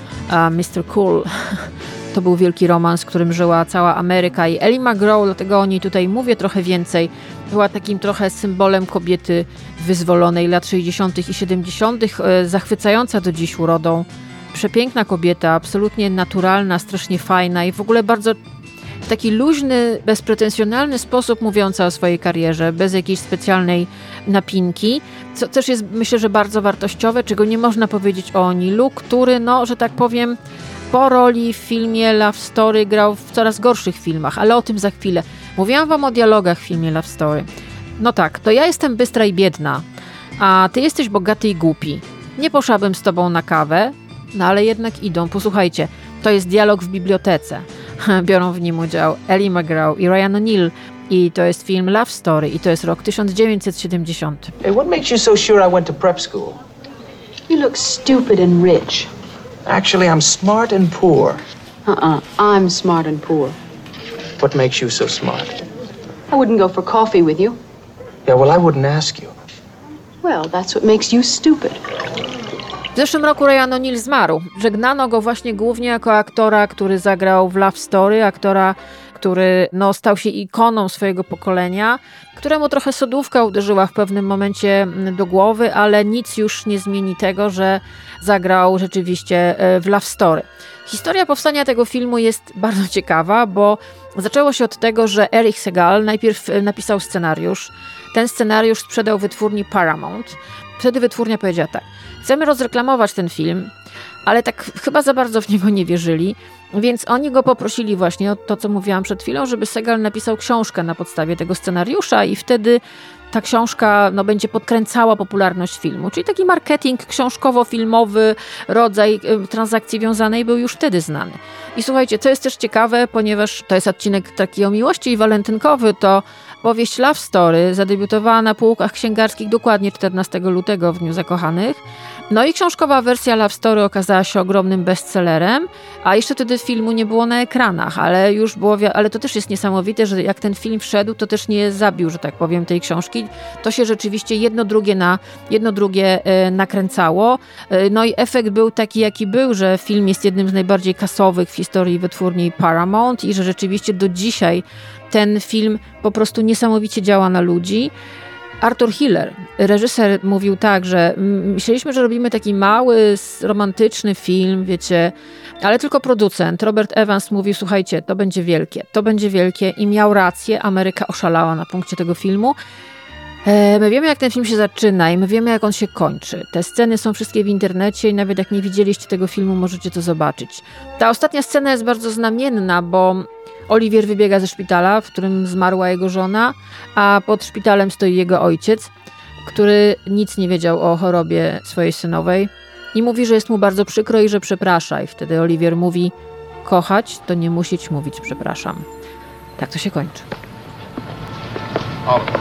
mister Cool. To był wielki romans, którym żyła cała Ameryka i Ellie McGraw, dlatego o niej tutaj mówię trochę więcej, była takim trochę symbolem kobiety wyzwolonej lat sześćdziesiątych i siedemdziesiątych, zachwycająca do dziś urodą. Przepiękna kobieta, absolutnie naturalna, strasznie fajna i w ogóle bardzo w taki luźny, bezpretensjonalny sposób mówiąca o swojej karierze, bez jakiejś specjalnej napinki, co też jest, myślę, że bardzo wartościowe, czego nie można powiedzieć o O'Nealu, który, no, że tak powiem, po roli w filmie Love Story grał w coraz gorszych filmach, ale o tym za chwilę. Mówiłam wam o dialogach w filmie Love Story. No tak, to ja jestem bystra i biedna, a ty jesteś bogaty i głupi. Nie poszłabym z tobą na kawę, no ale jednak idą. Posłuchajcie, to jest dialog w bibliotece. Biorą w nim udział Ellie McGraw i Ryan O'Neal i to jest film Love Story i to jest rok tysiąc dziewięćset siedemdziesiąty. Hey, what makes you so sure I went to prep school? You look stupid and rich. Actually, I'm smart and poor. Uh-uh. I'm smart and poor. What makes you so smart? I wouldn't go for coffee with you. Yeah, well, I wouldn't ask you. Well, that's what makes you stupid. W zeszłym roku Ryan O'Neal zmarł. Żegnano go właśnie głównie jako aktora, który zagrał w Love Story, aktora, który no, stał się ikoną swojego pokolenia, któremu trochę sodówka uderzyła w pewnym momencie do głowy, ale nic już nie zmieni tego, że zagrał rzeczywiście w Love Story. Historia powstania tego filmu jest bardzo ciekawa, bo zaczęło się od tego, że Eric Segal najpierw napisał scenariusz. Ten scenariusz sprzedał wytwórni Paramount. Wtedy wytwórnia powiedziała tak: chcemy rozreklamować ten film, ale tak chyba za bardzo w niego nie wierzyli, więc oni go poprosili właśnie o to, co mówiłam przed chwilą, żeby Segal napisał książkę na podstawie tego scenariusza i wtedy ta książka no, będzie podkręcała popularność filmu. Czyli taki marketing książkowo-filmowy, rodzaj y, transakcji wiązanej był już wtedy znany. I słuchajcie, co jest też ciekawe, ponieważ to jest odcinek taki o miłości i walentynkowy, to powieść Love Story zadebiutowała na półkach księgarskich dokładnie czternastego lutego w Dniu Zakochanych. No i książkowa wersja Love Story okazała się ogromnym bestsellerem, a jeszcze wtedy filmu nie było na ekranach, ale już było, ale to też jest niesamowite, że jak ten film wszedł, to też nie zabił, że tak powiem, tej książki. To się rzeczywiście jedno drugie, na, jedno drugie e, nakręcało. E, no i efekt był taki, jaki był, że film jest jednym z najbardziej kasowych w historii wytwórni Paramount i że rzeczywiście do dzisiaj ten film po prostu niesamowicie działa na ludzi. Arthur Hiller, reżyser, mówił tak, że myśleliśmy, że robimy taki mały, romantyczny film, wiecie, ale tylko producent. Robert Evans mówił, słuchajcie, to będzie wielkie, to będzie wielkie i miał rację, Ameryka oszalała na punkcie tego filmu. My wiemy, jak ten film się zaczyna i my wiemy, jak on się kończy. Te sceny są wszystkie w internecie i nawet jak nie widzieliście tego filmu, możecie to zobaczyć. Ta ostatnia scena jest bardzo znamienna, bo Olivier wybiega ze szpitala, w którym zmarła jego żona, a pod szpitalem stoi jego ojciec, który nic nie wiedział o chorobie swojej synowej i mówi, że jest mu bardzo przykro i że przeprasza. I wtedy Olivier mówi, kochać to nie musieć mówić przepraszam. Tak to się kończy. Oliver,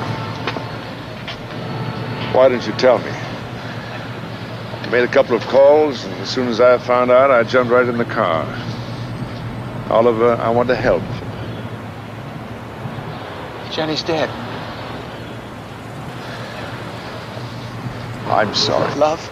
why didn't you tell me? I made a couple of calls, and as soon as I found out, I jumped right in the car. Oliver, I want to help. Jenny's dead. I'm sorry. Love?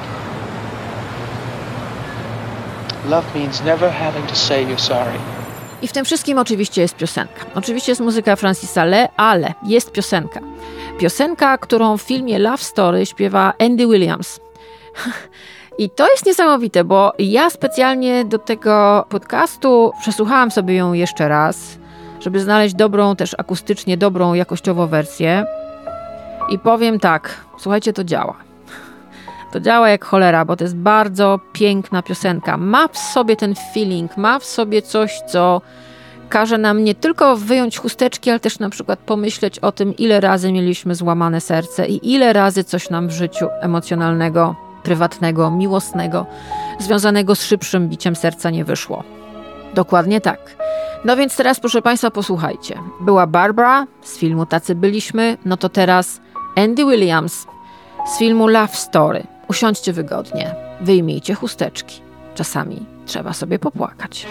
Love means never having to say you're sorry. I w tym wszystkim oczywiście jest piosenka. Oczywiście jest muzyka Francisa Lee, ale jest piosenka. Piosenka, którą w filmie Love Story śpiewa Andy Williams. I to jest niesamowite, bo ja specjalnie do tego podcastu przesłuchałam sobie ją jeszcze raz, żeby znaleźć dobrą, też akustycznie dobrą, jakościowo wersję. I powiem tak, słuchajcie, to działa. To działa jak cholera, bo to jest bardzo piękna piosenka. Ma w sobie ten feeling, ma w sobie coś, co każe nam nie tylko wyjąć chusteczki, ale też na przykład pomyśleć o tym, ile razy mieliśmy złamane serce i ile razy coś nam w życiu emocjonalnego, prywatnego, miłosnego, związanego z szybszym biciem serca nie wyszło. Dokładnie tak. No więc teraz, proszę Państwa, posłuchajcie. Była Barbara z filmu Tacy byliśmy, no to teraz Andy Williams z filmu Love Story. Usiądźcie wygodnie, wyjmijcie chusteczki. Czasami trzeba sobie popłakać.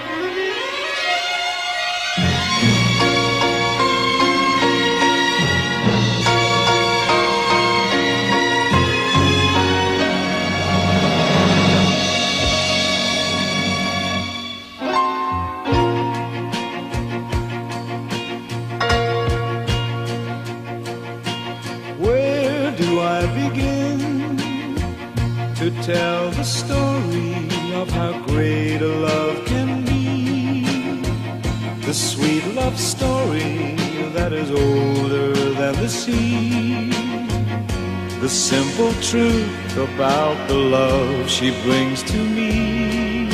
To tell the story of how great a love can be, the sweet love story that is older than the sea, the simple truth about the love she brings to me.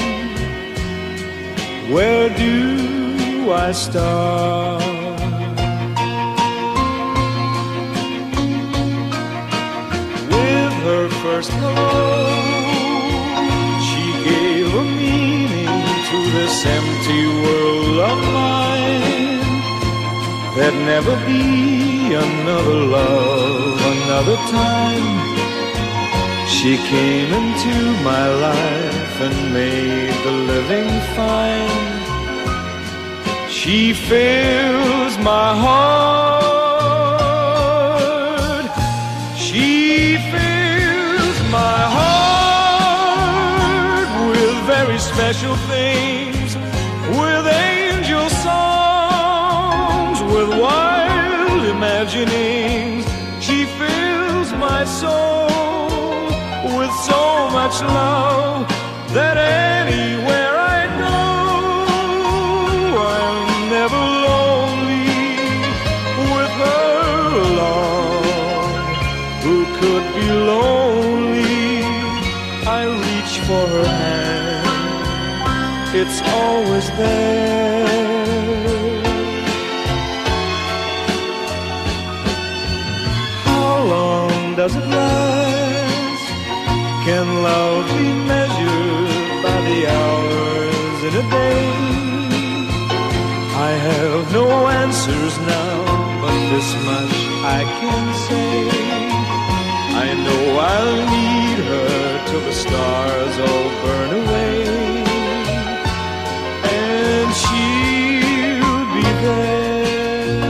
Where do I start? With her first love, gave a meaning to this empty world of mine. There'd never be another love, another time. She came into my life and made the living fine. She fills my heart. She fills my heart. Very special things, with angel songs, with wild imaginings. She fills my soul with so much love that anywhere I go, I'm never lonely with her along. Who could be lonely? I reach for her hand. It's always there. How long does it last? Can love be measured by the hours in a day? I have no answers now, but this much I can say. I know I'll need her till the stars all burn away. She'll be there.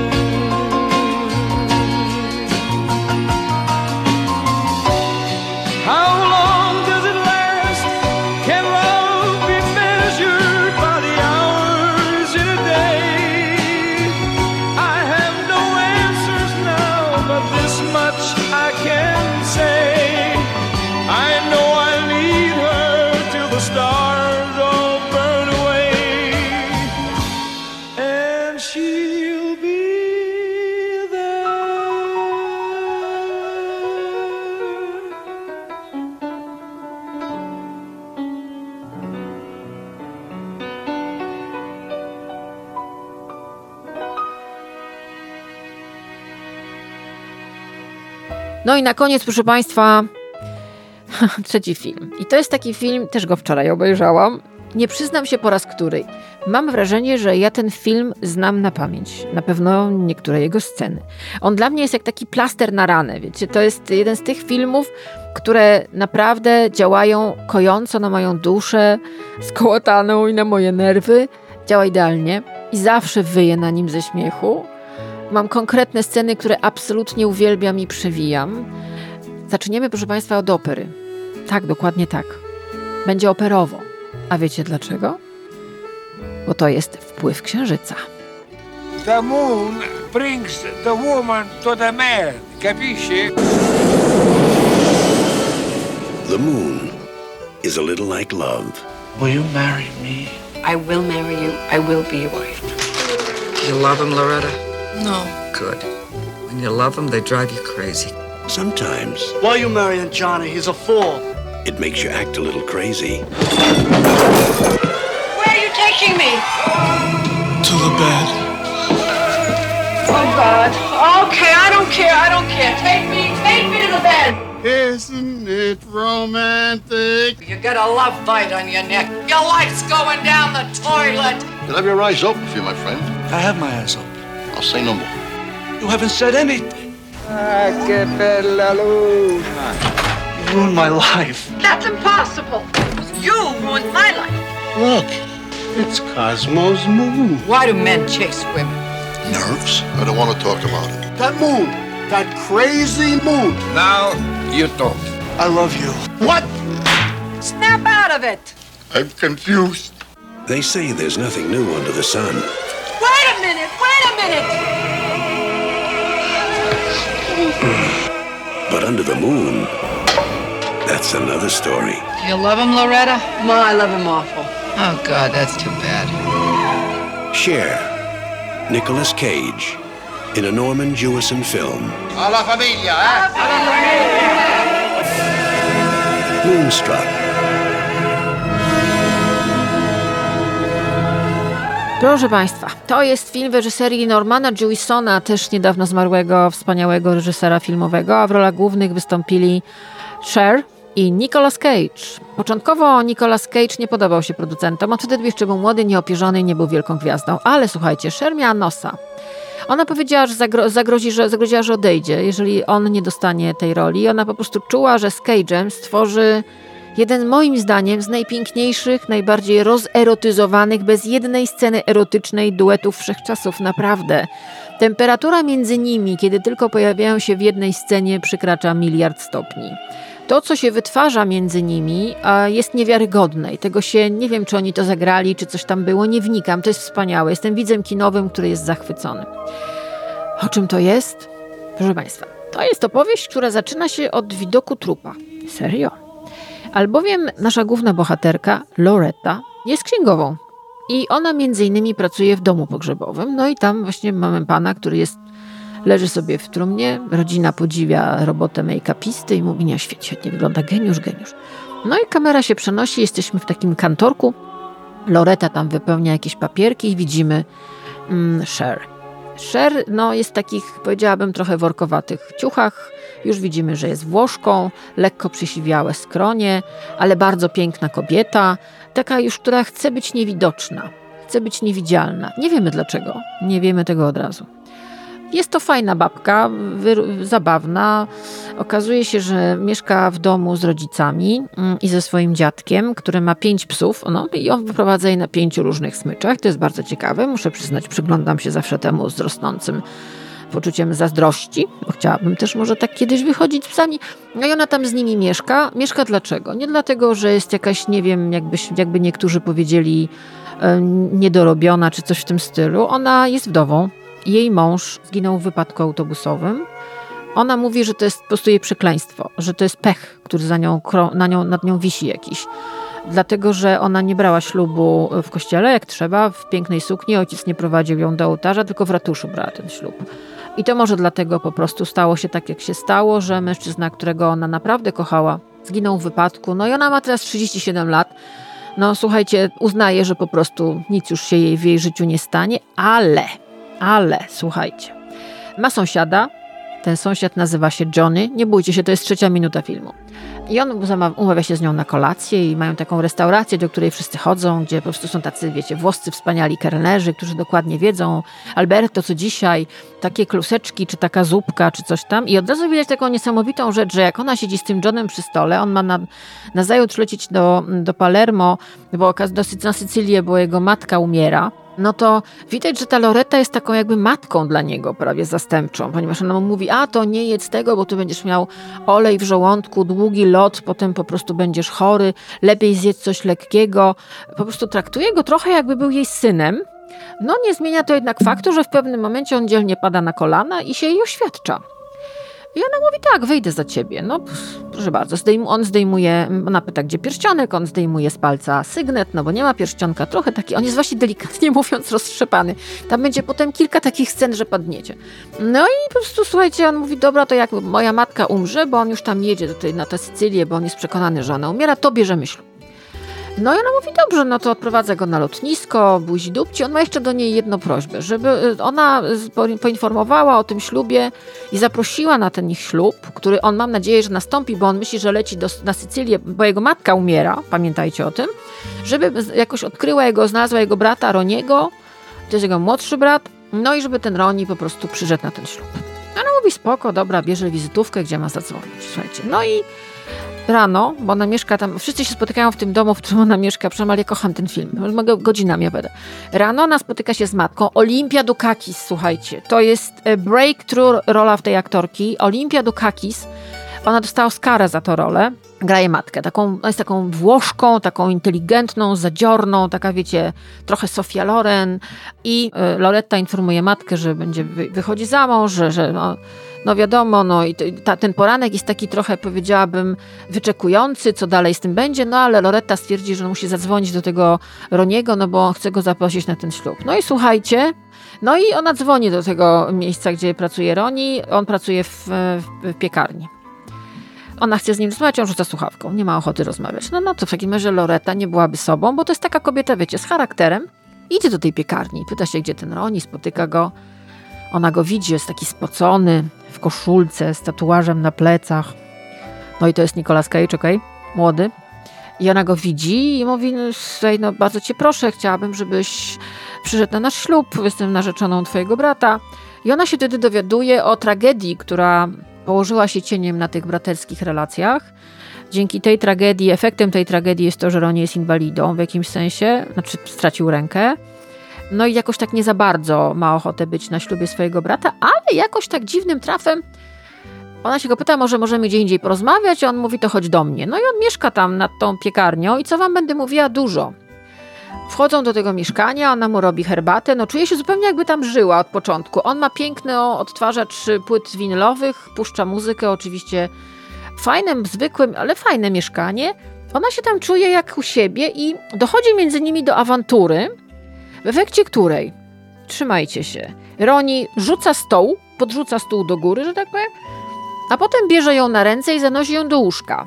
How long does it last? Can love be measured by the hours in a day? I have no answers now, but this No i na koniec, proszę Państwa, trzeci film. I to jest taki film, też go wczoraj obejrzałam. Nie przyznam się po raz której. Mam wrażenie, że ja ten film znam na pamięć. Na pewno niektóre jego sceny. On dla mnie jest jak taki plaster na ranę. Wiecie, to jest jeden z tych filmów, które naprawdę działają kojąco na moją duszę, skołataną i na moje nerwy. Działa idealnie i zawsze wyję na nim ze śmiechu. Mam konkretne sceny, które absolutnie uwielbiam i przewijam. Zaczniemy, proszę Państwa, od opery. Tak, dokładnie tak. Będzie operowo. A wiecie dlaczego? Bo to jest Wpływ księżyca. The moon brings the woman to the man. Capisci? The moon is a little like love. Will you marry me? I will marry you. I will be your wife. You love him, Loretta? No. Good. When you love him, they drive you crazy. Sometimes Why are you marrying Johnny? He's a fool. it makes you act a little crazy. Where are you taking me? To the bed. Oh, God. Okay, I don't care. I don't care. Take me. Take me to the bed. Isn't it romantic? You got a love bite on your neck. Your life's going down the toilet. You'll have your eyes open for you, my friend. I have my eyes open. I'll say no more. You haven't said anything. Ah, che bella luna. You ruined my life. That's impossible. You ruined my life. Look, it's Cosmo's moon. Why do men chase women? Nerves? I don't want to talk about it. That moon, that crazy moon. Now you talk. I love you. What? Snap out of it. I'm confused. They say there's nothing new under the sun. Wait a minute. Wait a minute. But under the moon, that's another story. You love him, Loretta? No, I love him awful. Oh, God, that's too bad. Cher, Nicolas Cage, in a Norman Jewison film. Alla famiglia, eh? Moonstruck. Proszę Państwa, to jest film w reżyserii Normana Jewisona, też niedawno zmarłego, wspaniałego reżysera filmowego, a w rolach głównych wystąpili Cher i Nicolas Cage. Początkowo Nicolas Cage nie podobał się producentom, on wtedy jeszcze był młody, nieopierzony i nie był wielką gwiazdą, ale słuchajcie, Cher miała nosa. Ona powiedziała, że zagro- zagrozi, że zagroziła, że odejdzie, jeżeli on nie dostanie tej roli. Ona po prostu czuła, że z Cage'em stworzy jeden, moim zdaniem, z najpiękniejszych, najbardziej rozerotyzowanych, bez jednej sceny erotycznej duetów wszechczasów. Naprawdę. Temperatura między nimi, kiedy tylko pojawiają się w jednej scenie, przekracza miliard stopni. To, co się wytwarza między nimi, jest niewiarygodne i tego się, nie wiem, czy oni to zagrali, czy coś tam było, nie wnikam. To jest wspaniałe. Jestem widzem kinowym, który jest zachwycony. O czym to jest? Proszę Państwa, to jest opowieść, która zaczyna się od widoku trupa. Serio? Albowiem nasza główna bohaterka, Loretta, jest księgową i ona między innymi pracuje w domu pogrzebowym. No i tam właśnie mamy pana, który jest, leży sobie w trumnie, rodzina podziwia robotę make-upisty i mówi, nie, świetnie, świetnie wygląda, geniusz, geniusz. No i kamera się przenosi, jesteśmy w takim kantorku, Loretta tam wypełnia jakieś papierki i widzimy mm, Cher. Cher no, jest w takich, powiedziałabym, trochę workowatych ciuchach. Już widzimy, że jest Włoszką, lekko przysiwiałe skronie, ale bardzo piękna kobieta, taka już, która chce być niewidoczna, chce być niewidzialna. Nie wiemy dlaczego, nie wiemy tego od razu. Jest to fajna babka, wy- zabawna. Okazuje się, że mieszka w domu z rodzicami mm, i ze swoim dziadkiem, który ma pięć psów. No, i on wyprowadza je na pięciu różnych smyczach. To jest bardzo ciekawe. Muszę przyznać, przyglądam się zawsze temu z rosnącym poczuciem zazdrości, bo chciałabym też może tak kiedyś wychodzić z psami. No i ona tam z nimi mieszka. Mieszka dlaczego? Nie dlatego, że jest jakaś, nie wiem, jakby, jakby niektórzy powiedzieli, e, niedorobiona czy coś w tym stylu. Ona jest wdową. Jej mąż zginął w wypadku autobusowym. Ona mówi, że to jest po prostu jej przekleństwo, że to jest pech, który za nią, na nią, nad nią wisi jakiś. Dlatego, że ona nie brała ślubu w kościele, jak trzeba, w pięknej sukni. Ojciec nie prowadził ją do ołtarza, tylko w ratuszu brała ten ślub. I to może dlatego po prostu stało się tak, jak się stało, że mężczyzna, którego ona naprawdę kochała, zginął w wypadku. No i ona ma teraz trzydzieści siedem lat. No słuchajcie, uznaje, że po prostu nic już się jej w jej życiu nie stanie, ale... Ale, słuchajcie, ma sąsiada, Ten sąsiad nazywa się Johnny. Nie bójcie się, to jest trzecia minuta filmu. I on umawia się z nią na kolację i mają taką restaurację, do której wszyscy chodzą, gdzie po prostu są tacy, wiecie, włoscy wspaniali kelnerzy, którzy dokładnie wiedzą, Alberto, co dzisiaj, takie kluseczki, czy taka zupka, czy coś tam. I od razu widać taką niesamowitą rzecz, że jak ona siedzi z tym Johnem przy stole, on ma na, na zajutrz lecieć do, do Palermo, bo dosyć na Sycylię, bo jego matka umiera. No to widać, że ta Loretta jest taką jakby matką dla niego, prawie zastępczą, ponieważ ona mu mówi, a to nie jedz tego, bo tu będziesz miał olej w żołądku, długi lot, potem po prostu będziesz chory, lepiej zjedz coś lekkiego. Po prostu traktuje go trochę jakby był jej synem. No nie zmienia to jednak faktu, że w pewnym momencie on dzielnie pada na kolana i się jej oświadcza. I ona mówi, tak, wyjdę za ciebie. No proszę bardzo, zdejm- on zdejmuje, ona pyta, gdzie pierścionek, on zdejmuje z palca sygnet, no bo nie ma pierścionka, trochę taki, on jest właśnie delikatnie mówiąc roztrzepany. Tam będzie potem kilka takich scen, że padniecie. No i po prostu, słuchajcie, on mówi, dobra, to jak moja matka umrze, bo on już tam jedzie do tej, na tę Sycylię, bo on jest przekonany, że ona umiera, to bierzemy ślub. No i ona mówi, dobrze, no to odprowadzę go na lotnisko, buzi dupci. On ma jeszcze do niej jedną prośbę, żeby ona poinformowała o tym ślubie i zaprosiła na ten ich ślub, który on, mam nadzieję, że nastąpi, bo on myśli, że leci do, na Sycylię, bo jego matka umiera, pamiętajcie o tym, żeby jakoś odkryła jego, znalazła jego brata Roniego, to jest jego młodszy brat, no i żeby ten Roni po prostu przyszedł na ten ślub. Ona mówi, spoko, dobra, bierze wizytówkę, gdzie ma zadzwonić, słuchajcie. No i rano, bo ona mieszka tam, wszyscy się spotykają w tym domu, w którym ona mieszka, przynajmniej ja kocham ten film, mogę godzinami opowiadać. Rano ona spotyka się z matką, Olympia Dukakis, słuchajcie, to jest breakthrough rola w tej aktorki, Olympia Dukakis, ona dostała Oscara za tę rolę, gra jej matkę, taką, jest taką Włoszką, taką inteligentną, zadziorną, taka wiecie, trochę Sofia Loren i y, Loretta informuje matkę, że będzie wy, wychodzi za mąż, że, że no, no wiadomo, no i ta, ten poranek jest taki trochę, powiedziałabym, wyczekujący, co dalej z tym będzie, no ale Loretta stwierdzi, że musi zadzwonić do tego Roniego, no bo chce go zaprosić na ten ślub. No i słuchajcie, no i ona dzwoni do tego miejsca, gdzie pracuje Roni, on pracuje w, w piekarni. Ona chce z nim rozmawiać, on rzuca słuchawką, nie ma ochoty rozmawiać. No, no to w takim razie Loretta nie byłaby sobą, bo to jest taka kobieta, wiecie, z charakterem. Idzie do tej piekarni, pyta się, gdzie ten Roni, spotyka go. Ona go widzi, jest taki spocony, w koszulce, z tatuażem na plecach. No i to jest Nicolas Cage, okej, okay? Młody. I ona go widzi i mówi, no, słuchaj, no bardzo cię proszę, chciałabym, żebyś przyszedł na nasz ślub, jestem narzeczoną twojego brata. I ona się wtedy dowiaduje o tragedii, która położyła się cieniem na tych braterskich relacjach. Dzięki tej tragedii, efektem tej tragedii jest to, że Roni jest inwalidą w jakimś sensie, znaczy stracił rękę. No i jakoś tak nie za bardzo ma ochotę być na ślubie swojego brata, ale jakoś tak dziwnym trafem ona się go pyta, może możemy gdzie indziej porozmawiać, a on mówi, to chodź do mnie. No i on mieszka tam nad tą piekarnią i co wam będę mówiła, dużo. Wchodzą do tego mieszkania, ona mu robi herbatę, no czuje się zupełnie jakby tam żyła od początku. On ma piękny odtwarzacz płyt winylowych, puszcza muzykę, oczywiście fajnym, zwykłym, ale fajne mieszkanie. Ona się tam czuje jak u siebie i dochodzi między nimi do awantury, w efekcie której, trzymajcie się, Roni rzuca stoł, podrzuca stół do góry, że tak powiem, a potem bierze ją na ręce i zanosi ją do łóżka.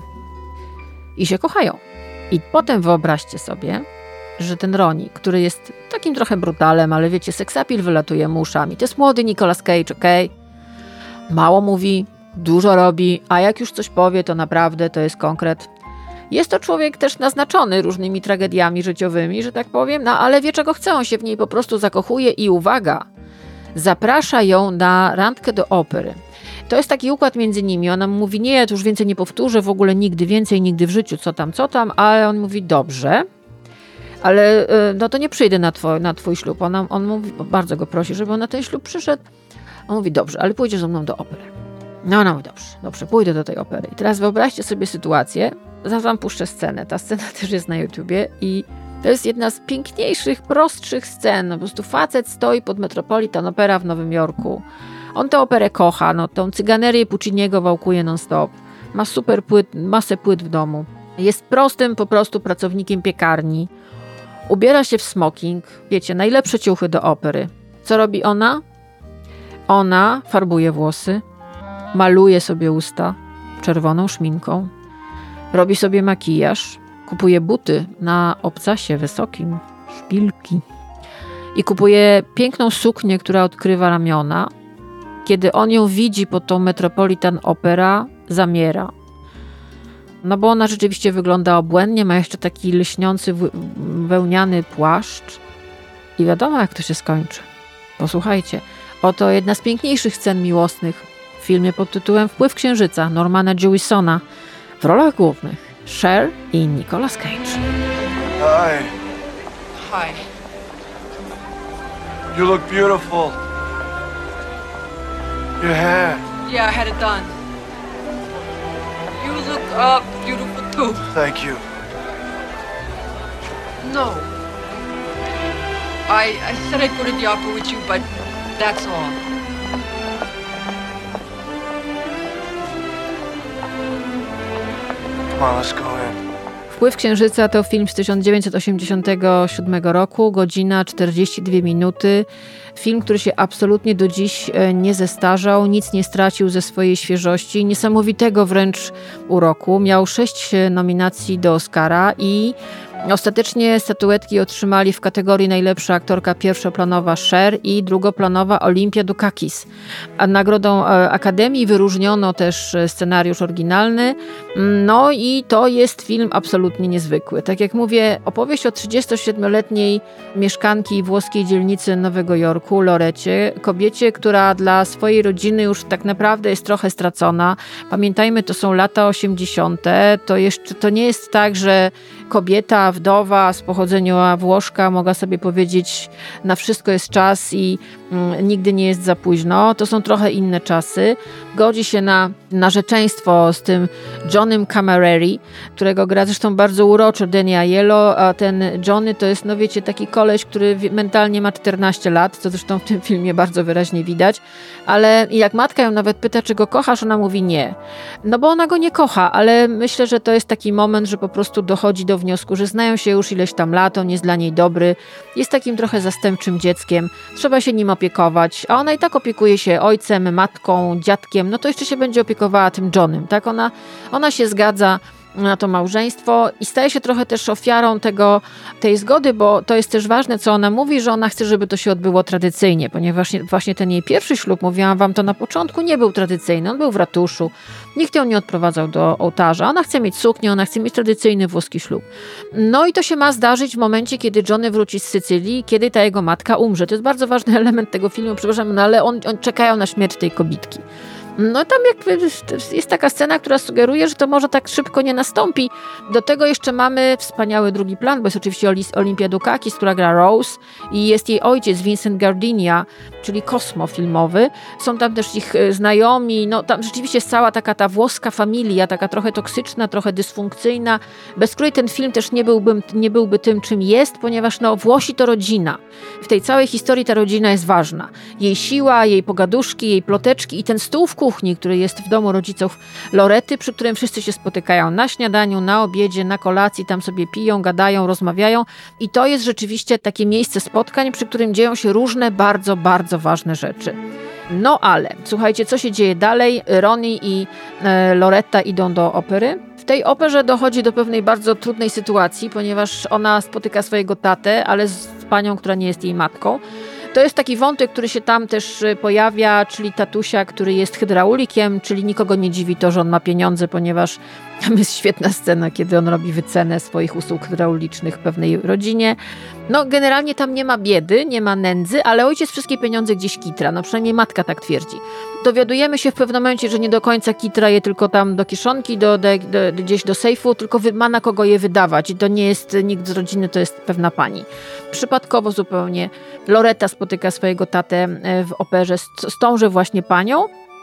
I się kochają. I potem wyobraźcie sobie, że ten Roni, który jest takim trochę brutalem, ale wiecie, seksapil wylatuje mu uszami. To jest młody Nicolas Cage, okej? Okay? Mało mówi, dużo robi, a jak już coś powie, to naprawdę to jest konkret. Jest to człowiek też naznaczony różnymi tragediami życiowymi, że tak powiem, no ale wie, czego chce, on się w niej po prostu zakochuje i uwaga, zaprasza ją na randkę do opery. To jest taki układ między nimi, ona mu mówi, nie, to już więcej nie powtórzę, w ogóle nigdy więcej, nigdy w życiu, co tam, co tam, ale on mówi, dobrze, ale no to nie przyjdę na twój, na twój ślub. Ona, on mówi, bardzo go prosi, żeby on na ten ślub przyszedł. On mówi, dobrze, ale pójdziesz ze mną do opery. No ona mówi, dobrze, dobrze, pójdę do tej opery. I teraz wyobraźcie sobie sytuację, zaraz wam puszczę scenę, ta scena też jest na YouTubie i to jest jedna z piękniejszych, prostszych scen. No, po prostu facet stoi pod Metropolitan Opera w Nowym Jorku. On tę operę kocha, no tą cyganerię Pucciniego wałkuje non-stop. Ma super płyt, masę płyt w domu. Jest prostym po prostu pracownikiem piekarni. Ubiera się w smoking, wiecie, najlepsze ciuchy do opery. Co robi ona? Ona farbuje włosy, maluje sobie usta czerwoną szminką, robi sobie makijaż, kupuje buty na obcasie wysokim, szpilki i kupuje piękną suknię, która odkrywa ramiona kiedy on ją widzi pod tą Metropolitan Opera, zamiera. No bo ona rzeczywiście wygląda obłędnie, ma jeszcze taki lśniący wełniany płaszcz i wiadomo, jak to się skończy. Posłuchajcie, oto jedna z piękniejszych scen miłosnych w filmie pod tytułem Wpływ księżyca Normana Jewisona w rolach głównych Cher i Nicolas Cage. Hi. Hi. You look beautiful. Your hair. Yeah, I had it done. You look, uh, beautiful too. Thank you. No. I, I said I'd go to the opera with you, but that's all. Come on, let's go in. Wpływ księżyca to film z tysiąc dziewięćset osiemdziesiątego siódmego roku, godzina czterdzieści dwie minuty. Film, który się absolutnie do dziś nie zestarzał, nic nie stracił ze swojej świeżości, niesamowitego wręcz uroku. Miał sześć nominacji do Oscara i ostatecznie statuetki otrzymali w kategorii najlepsza aktorka pierwszoplanowa Cher i drugoplanowa Olympia Dukakis. A nagrodą Akademii wyróżniono też scenariusz oryginalny. No i to jest film absolutnie niezwykły. Tak jak mówię, opowieść o trzydziestosiedmioletniej mieszkanki włoskiej dzielnicy Nowego Jorku, Lorecie, kobiecie, która dla swojej rodziny już tak naprawdę jest trochę stracona. Pamiętajmy, to są lata osiemdziesiąte. To jeszcze to nie jest tak, że kobieta, wdowa z pochodzenia Włoszka mogła sobie powiedzieć, na wszystko jest czas i mm, nigdy nie jest za późno. To są trochę inne czasy. Godzi się na narzeczeństwo z tym Johnem Camilleri, którego gra zresztą bardzo uroczo Danny Aiello, a ten Johnny to jest, no wiecie, taki koleś, który mentalnie ma czternaście lat, co zresztą w tym filmie bardzo wyraźnie widać, ale jak matka ją nawet pyta, czy go kochasz, ona mówi nie. No bo ona go nie kocha, ale myślę, że to jest taki moment, że po prostu dochodzi do wniosku, że znają się już ileś tam lat, on jest dla niej dobry, jest takim trochę zastępczym dzieckiem, trzeba się nim opiekować, a ona i tak opiekuje się ojcem, matką, dziadkiem, no to jeszcze się będzie opiekowała tym Johnem, tak? Ona, ona się zgadza na to małżeństwo i staje się trochę też ofiarą tego, tej zgody, bo to jest też ważne, co ona mówi, że ona chce, żeby to się odbyło tradycyjnie, ponieważ właśnie ten jej pierwszy ślub, mówiłam wam to na początku, nie był tradycyjny, on był w ratuszu, nikt ją nie odprowadzał do ołtarza, ona chce mieć suknię, ona chce mieć tradycyjny włoski ślub. No i to się ma zdarzyć w momencie, kiedy Johnny wróci z Sycylii, kiedy ta jego matka umrze. To jest bardzo ważny element tego filmu, przepraszam, no ale on, on czekają na śmierć tej kobitki. No tam jakby jest taka scena, która sugeruje, że to może tak szybko nie nastąpi. Do tego jeszcze mamy wspaniały drugi plan, bo jest oczywiście Olympia Dukakis, która gra Rose i jest jej ojciec Vincent Gardenia, czyli Kosmo filmowy. Są tam też ich znajomi, no tam rzeczywiście jest cała taka ta włoska familia, taka trochę toksyczna, trochę dysfunkcyjna, bez której ten film też nie byłby, nie byłby tym, czym jest, ponieważ no Włosi to rodzina. W tej całej historii ta rodzina jest ważna. Jej siła, jej pogaduszki, jej ploteczki i ten stół w kuchni, który jest w domu rodziców Lorety, przy którym wszyscy się spotykają na śniadaniu, na obiedzie, na kolacji, tam sobie piją, gadają, rozmawiają i to jest rzeczywiście takie miejsce spotkań, przy którym dzieją się różne bardzo, bardzo ważne rzeczy. No ale, słuchajcie, co się dzieje dalej? Ronnie i e, Loretta idą do opery. W tej operze dochodzi do pewnej bardzo trudnej sytuacji, ponieważ ona spotyka swojego tatę, ale z panią, która nie jest jej matką. To jest taki wątek, który się tam też pojawia, czyli tatusia, który jest hydraulikiem, czyli nikogo nie dziwi to, że on ma pieniądze, ponieważ tam jest świetna scena, kiedy on robi wycenę swoich usług hydraulicznych pewnej rodzinie. No generalnie tam nie ma biedy, nie ma nędzy, ale ojciec wszystkie pieniądze gdzieś kitra, no przynajmniej matka tak twierdzi. Dowiadujemy się w pewnym momencie, że nie do końca kitra je tylko tam do kieszonki, do, do, do, gdzieś do sejfu, tylko ma na kogo je wydawać i to nie jest nikt z rodziny, to jest pewna pani. Przypadkowo zupełnie Loretta spotyka swojego tatę w operze z, z tąże właśnie panią,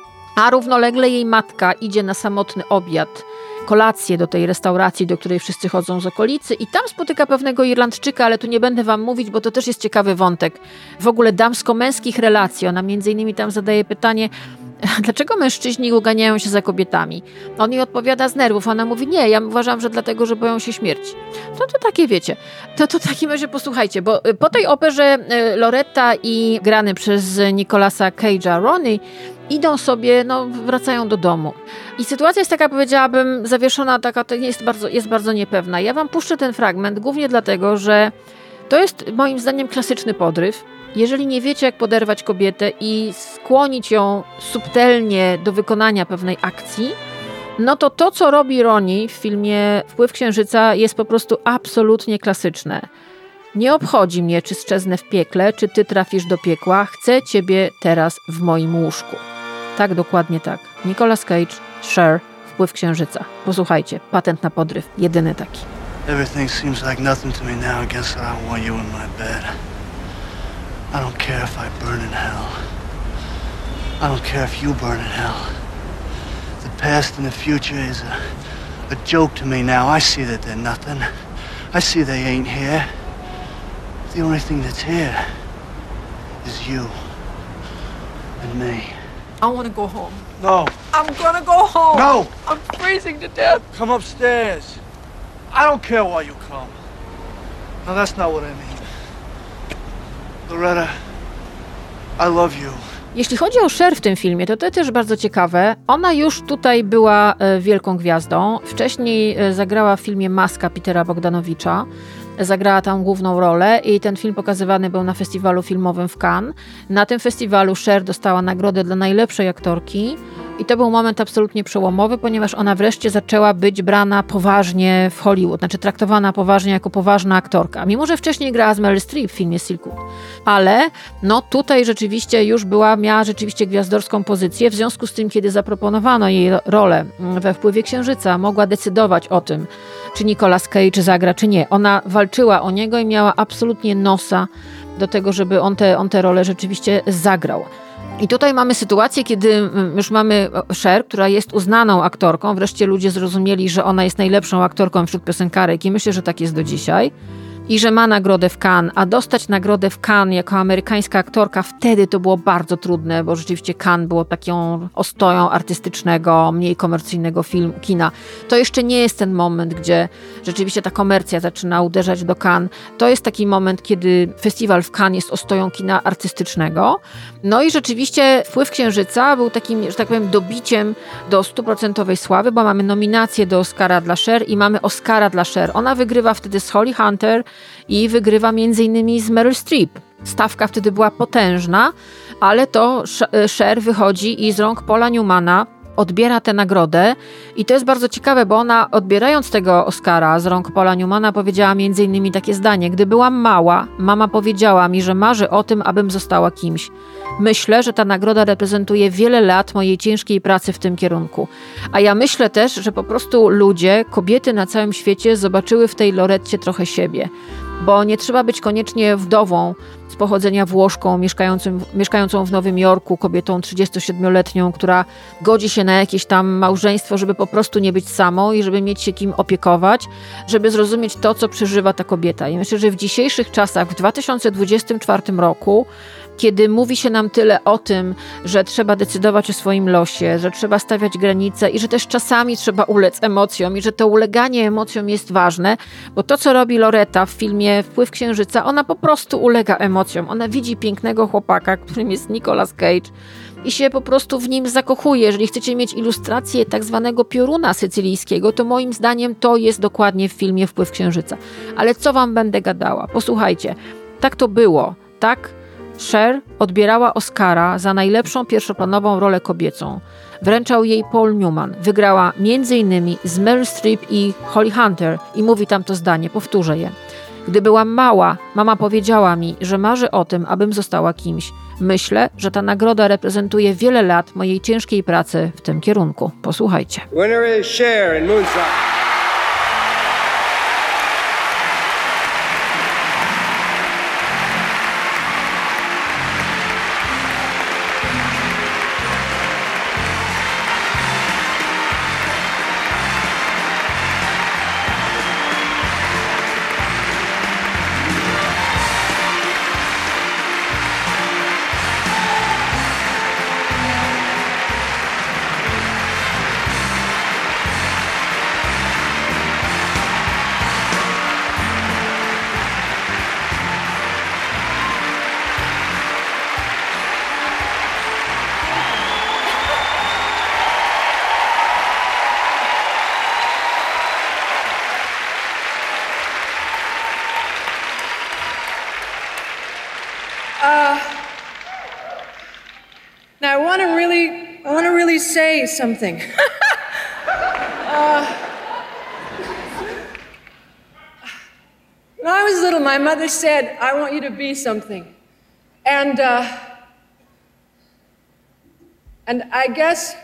a równolegle jej matka idzie na samotny obiad, kolację do tej restauracji, do której wszyscy chodzą z okolicy i tam spotyka pewnego Irlandczyka, ale tu nie będę wam mówić, bo to też jest ciekawy wątek w ogóle damsko-męskich relacji. Ona między innymi tam zadaje pytanie, dlaczego mężczyźni uganiają się za kobietami? On jej odpowiada z nerwów, ona mówi, nie, ja uważam, że dlatego, że boją się śmierci. To to takie wiecie, to to w takim razie posłuchajcie, bo po tej operze Loretta i grany przez Nicolasa Cage'a Ronnie idą sobie, no wracają do domu. I sytuacja jest taka, powiedziałabym, zawieszona, taka jest bardzo, jest bardzo niepewna. Ja wam puszczę ten fragment głównie dlatego, że to jest moim zdaniem klasyczny podryw. jeżeli nie wiecie, jak poderwać kobietę i skłonić ją subtelnie do wykonania pewnej akcji, no to to, co robi Ronnie w filmie Wpływ Księżyca, jest po prostu absolutnie klasyczne. Nie obchodzi mnie, czy szczeznę w piekle, czy ty trafisz do piekła. Chcę ciebie teraz w moim łóżku. Tak, dokładnie tak. Nicolas Cage, Cher, Wpływ Księżyca. Posłuchajcie, patent na podryw. Jedyny taki. Everything seems like nothing to me now against what I want you in my bed. I don't care if I burn in hell. I don't care if you burn in hell. The past and the future is a, a joke to me now. I see that they're nothing. I see they ain't here. The only thing that's here is you and me. I want to go home. No. I'm gonna go home. No. I'm freezing to death. Come upstairs. I don't care why you come. No, that's not what I mean. Loretta, I love you. Jeśli chodzi o Cher w tym filmie, to to też bardzo ciekawe. Ona już tutaj była e, wielką gwiazdą. Wcześniej e, zagrała w filmie Maska Petera Bogdanowicza. Zagrała tam główną rolę i ten film pokazywany był na festiwalu filmowym w Cannes. Na tym festiwalu Cher dostała nagrodę dla najlepszej aktorki i to był moment absolutnie przełomowy, ponieważ ona wreszcie zaczęła być brana poważnie w Hollywood, znaczy traktowana poważnie jako poważna aktorka. Mimo że wcześniej grała z Meryl Streep w filmie Silkwood. Ale no tutaj rzeczywiście już była, miała rzeczywiście gwiazdorską pozycję, w związku z tym, kiedy zaproponowano jej rolę we Wpływie Księżyca, mogła decydować o tym, czy Nicolas Cage zagra, czy nie. Ona walczyła o niego i miała absolutnie nosa do tego, żeby on te, on te rolę rzeczywiście zagrał. I tutaj mamy sytuację, kiedy już mamy Cher, która jest uznaną aktorką. Wreszcie ludzie zrozumieli, że ona jest najlepszą aktorką wśród piosenkarek i myślę, że tak jest do dzisiaj. I że ma nagrodę w Cannes, a dostać nagrodę w Cannes jako amerykańska aktorka wtedy to było bardzo trudne, bo rzeczywiście Cannes było taką ostoją artystycznego, mniej komercyjnego film, kina. To jeszcze nie jest ten moment, gdzie rzeczywiście ta komercja zaczyna uderzać do Cannes. To jest taki moment, kiedy festiwal w Cannes jest ostoją kina artystycznego. No i rzeczywiście Wpływ Księżyca był takim, że tak powiem, dobiciem do stuprocentowej sławy, bo mamy nominację do Oscara dla Cher i mamy Oscara dla Cher. Ona wygrywa wtedy z Holly Hunter i wygrywa między innymi z Meryl Streep. Stawka wtedy była potężna, ale to Cher wychodzi i z rąk Paula Newmana odbiera tę nagrodę i to jest bardzo ciekawe, bo ona odbierając tego Oscara z rąk Paula Newmana powiedziała między innymi takie zdanie: gdy byłam mała, mama powiedziała mi, że marzy o tym, abym została kimś. Myślę, że ta nagroda reprezentuje wiele lat mojej ciężkiej pracy w tym kierunku. A ja myślę też, że po prostu ludzie, kobiety na całym świecie zobaczyły w tej Loretcie trochę siebie. Bo nie trzeba być koniecznie wdową z pochodzenia Włoszką, mieszkającą, mieszkającą w Nowym Jorku, kobietą trzydziestosiedmioletnią, która godzi się na jakieś tam małżeństwo, żeby po prostu nie być samą i żeby mieć się kim opiekować, żeby zrozumieć to, co przeżywa ta kobieta. I myślę, że w dzisiejszych czasach, w dwa tysiące dwudziestym czwartym roku, kiedy mówi się nam tyle o tym, że trzeba decydować o swoim losie, że trzeba stawiać granice i że też czasami trzeba ulec emocjom i że to uleganie emocjom jest ważne, bo to, co robi Loretta w filmie Wpływ Księżyca, ona po prostu ulega emocjom. Ona widzi pięknego chłopaka, którym jest Nicolas Cage i się po prostu w nim zakochuje. Jeżeli chcecie mieć ilustrację tak zwanego pioruna sycylijskiego, to moim zdaniem to jest dokładnie w filmie Wpływ Księżyca. Ale co wam będę gadała? Posłuchajcie, tak to było, tak? Cher odbierała Oscara za najlepszą pierwszoplanową rolę kobiecą. Wręczał jej Paul Newman. Wygrała między innymi z Meryl Streep i Holly Hunter i mówi tam to zdanie, powtórzę je. Gdy byłam mała, mama powiedziała mi, że marzy o tym, abym została kimś. Myślę, że ta nagroda reprezentuje wiele lat mojej ciężkiej pracy w tym kierunku. Posłuchajcie. Winner is Cher in Moonshot. say something. uh, when I was little, my mother said, I want you to be something. And, uh, and I guess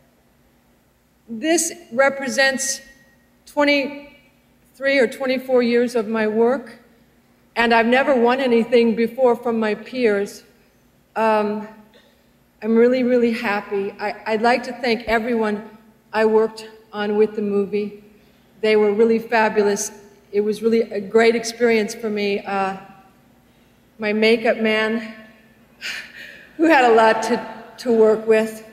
this represents twenty-three or twenty-four years of my work, and I've never won anything before from my peers. Um, I'm really, really happy. I, I'd like to thank everyone I worked on with the movie. They were really fabulous. It was really a great experience for me. Uh, my makeup man, who had a lot to, to work with.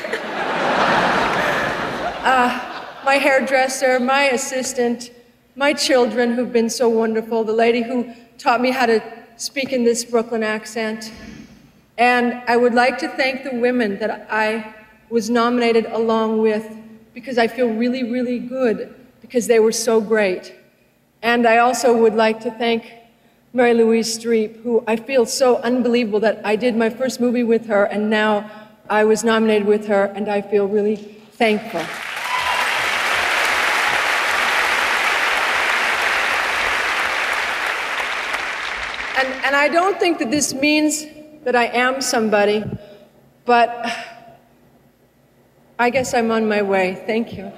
uh, my hairdresser, my assistant, my children who've been so wonderful, the lady who taught me how to speak in this Brooklyn accent. And I would like to thank the women that I was nominated along with, because I feel really, really good, because they were so great. And I also would like to thank Mary Louise Streep, who I feel so unbelievable that I did my first movie with her, and now I was nominated with her, and I feel really thankful. And, and I don't think that this means that I am somebody, but I guess I'm on my way. Thank you.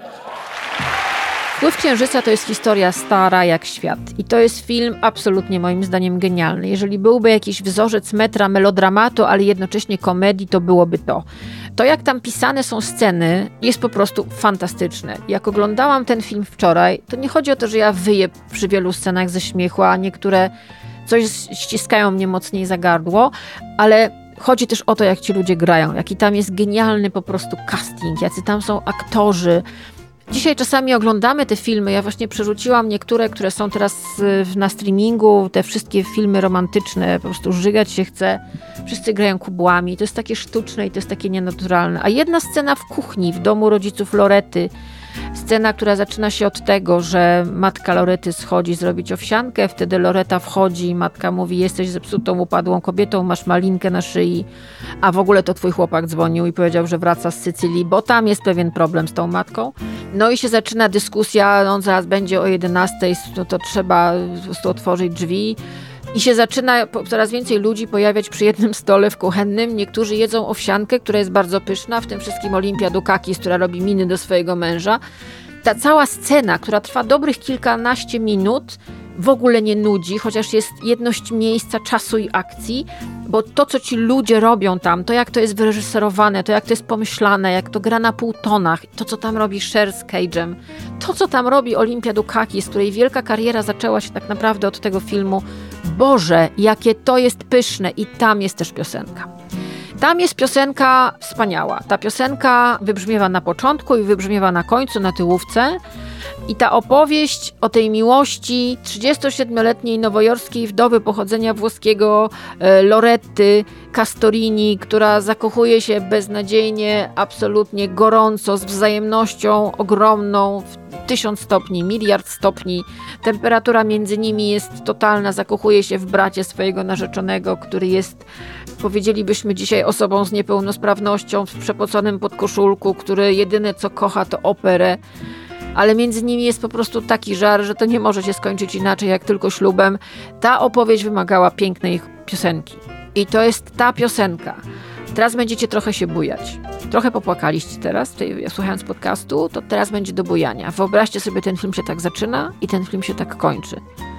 Wpływ Księżyca to jest historia stara jak świat i to jest film absolutnie moim zdaniem genialny. Jeżeli byłby jakiś wzorzec metra melodramatu, ale jednocześnie komedii, to byłoby to. To, jak tam pisane są sceny, jest po prostu fantastyczne. Jak oglądałam ten film wczoraj, to nie chodzi o to, że ja wyję przy wielu scenach ze śmiechu, a niektóre coś ściskają mnie mocniej za gardło, ale chodzi też o to, jak ci ludzie grają, jaki tam jest genialny po prostu casting, jacy tam są aktorzy. Dzisiaj czasami oglądamy te filmy, ja właśnie przerzuciłam niektóre, które są teraz na streamingu, te wszystkie filmy romantyczne, po prostu żygać się chce, wszyscy grają kubłami, to jest takie sztuczne i to jest takie nienaturalne. A jedna scena w kuchni, w domu rodziców Lorety, scena, która zaczyna się od tego, że matka Lorety schodzi zrobić owsiankę, wtedy Loreta wchodzi i matka mówi, jesteś zepsutą, upadłą kobietą, masz malinkę na szyi, a w ogóle to twój chłopak dzwonił i powiedział, że wraca z Sycylii, bo tam jest pewien problem z tą matką. No i się zaczyna dyskusja, on zaraz będzie o jedenastej, no to trzeba po prostu otworzyć drzwi. I się zaczyna coraz więcej ludzi pojawiać przy jednym stole w kuchennym. Niektórzy jedzą owsiankę, która jest bardzo pyszna, w tym wszystkim Olimpia Dukakis, która robi miny do swojego męża. Ta cała scena, która trwa dobrych kilkanaście minut, w ogóle nie nudzi, chociaż jest jedność miejsca, czasu i akcji, bo to, co ci ludzie robią tam, to jak to jest wyreżyserowane, to jak to jest pomyślane, jak to gra na półtonach, to, co tam robi Cher z Cage'em, to, co tam robi Olimpia Dukakis, której wielka kariera zaczęła się tak naprawdę od tego filmu. Boże, jakie to jest pyszne i tam jest też piosenka. Tam jest piosenka wspaniała. Ta piosenka wybrzmiewa na początku i wybrzmiewa na końcu, na tyłówce. I ta opowieść o tej miłości trzydziestosiedmioletniej nowojorskiej wdowy pochodzenia włoskiego e, Loretty Castorini, która zakochuje się beznadziejnie, absolutnie gorąco, z wzajemnością ogromną, w tysiąc stopni, miliard stopni. Temperatura między nimi jest totalna, zakochuje się w bracie swojego narzeczonego, który jest, powiedzielibyśmy dzisiaj, osobą z niepełnosprawnością, w przepoconym podkoszulku, który jedyne co kocha to operę. Ale między nimi jest po prostu taki żar, że to nie może się skończyć inaczej jak tylko ślubem. Ta opowieść wymagała pięknej piosenki. I to jest ta piosenka. Teraz będziecie trochę się bujać. Trochę popłakaliście teraz, słuchając podcastu, to teraz będzie do bujania. Wyobraźcie sobie, ten film się tak zaczyna i ten film się tak kończy.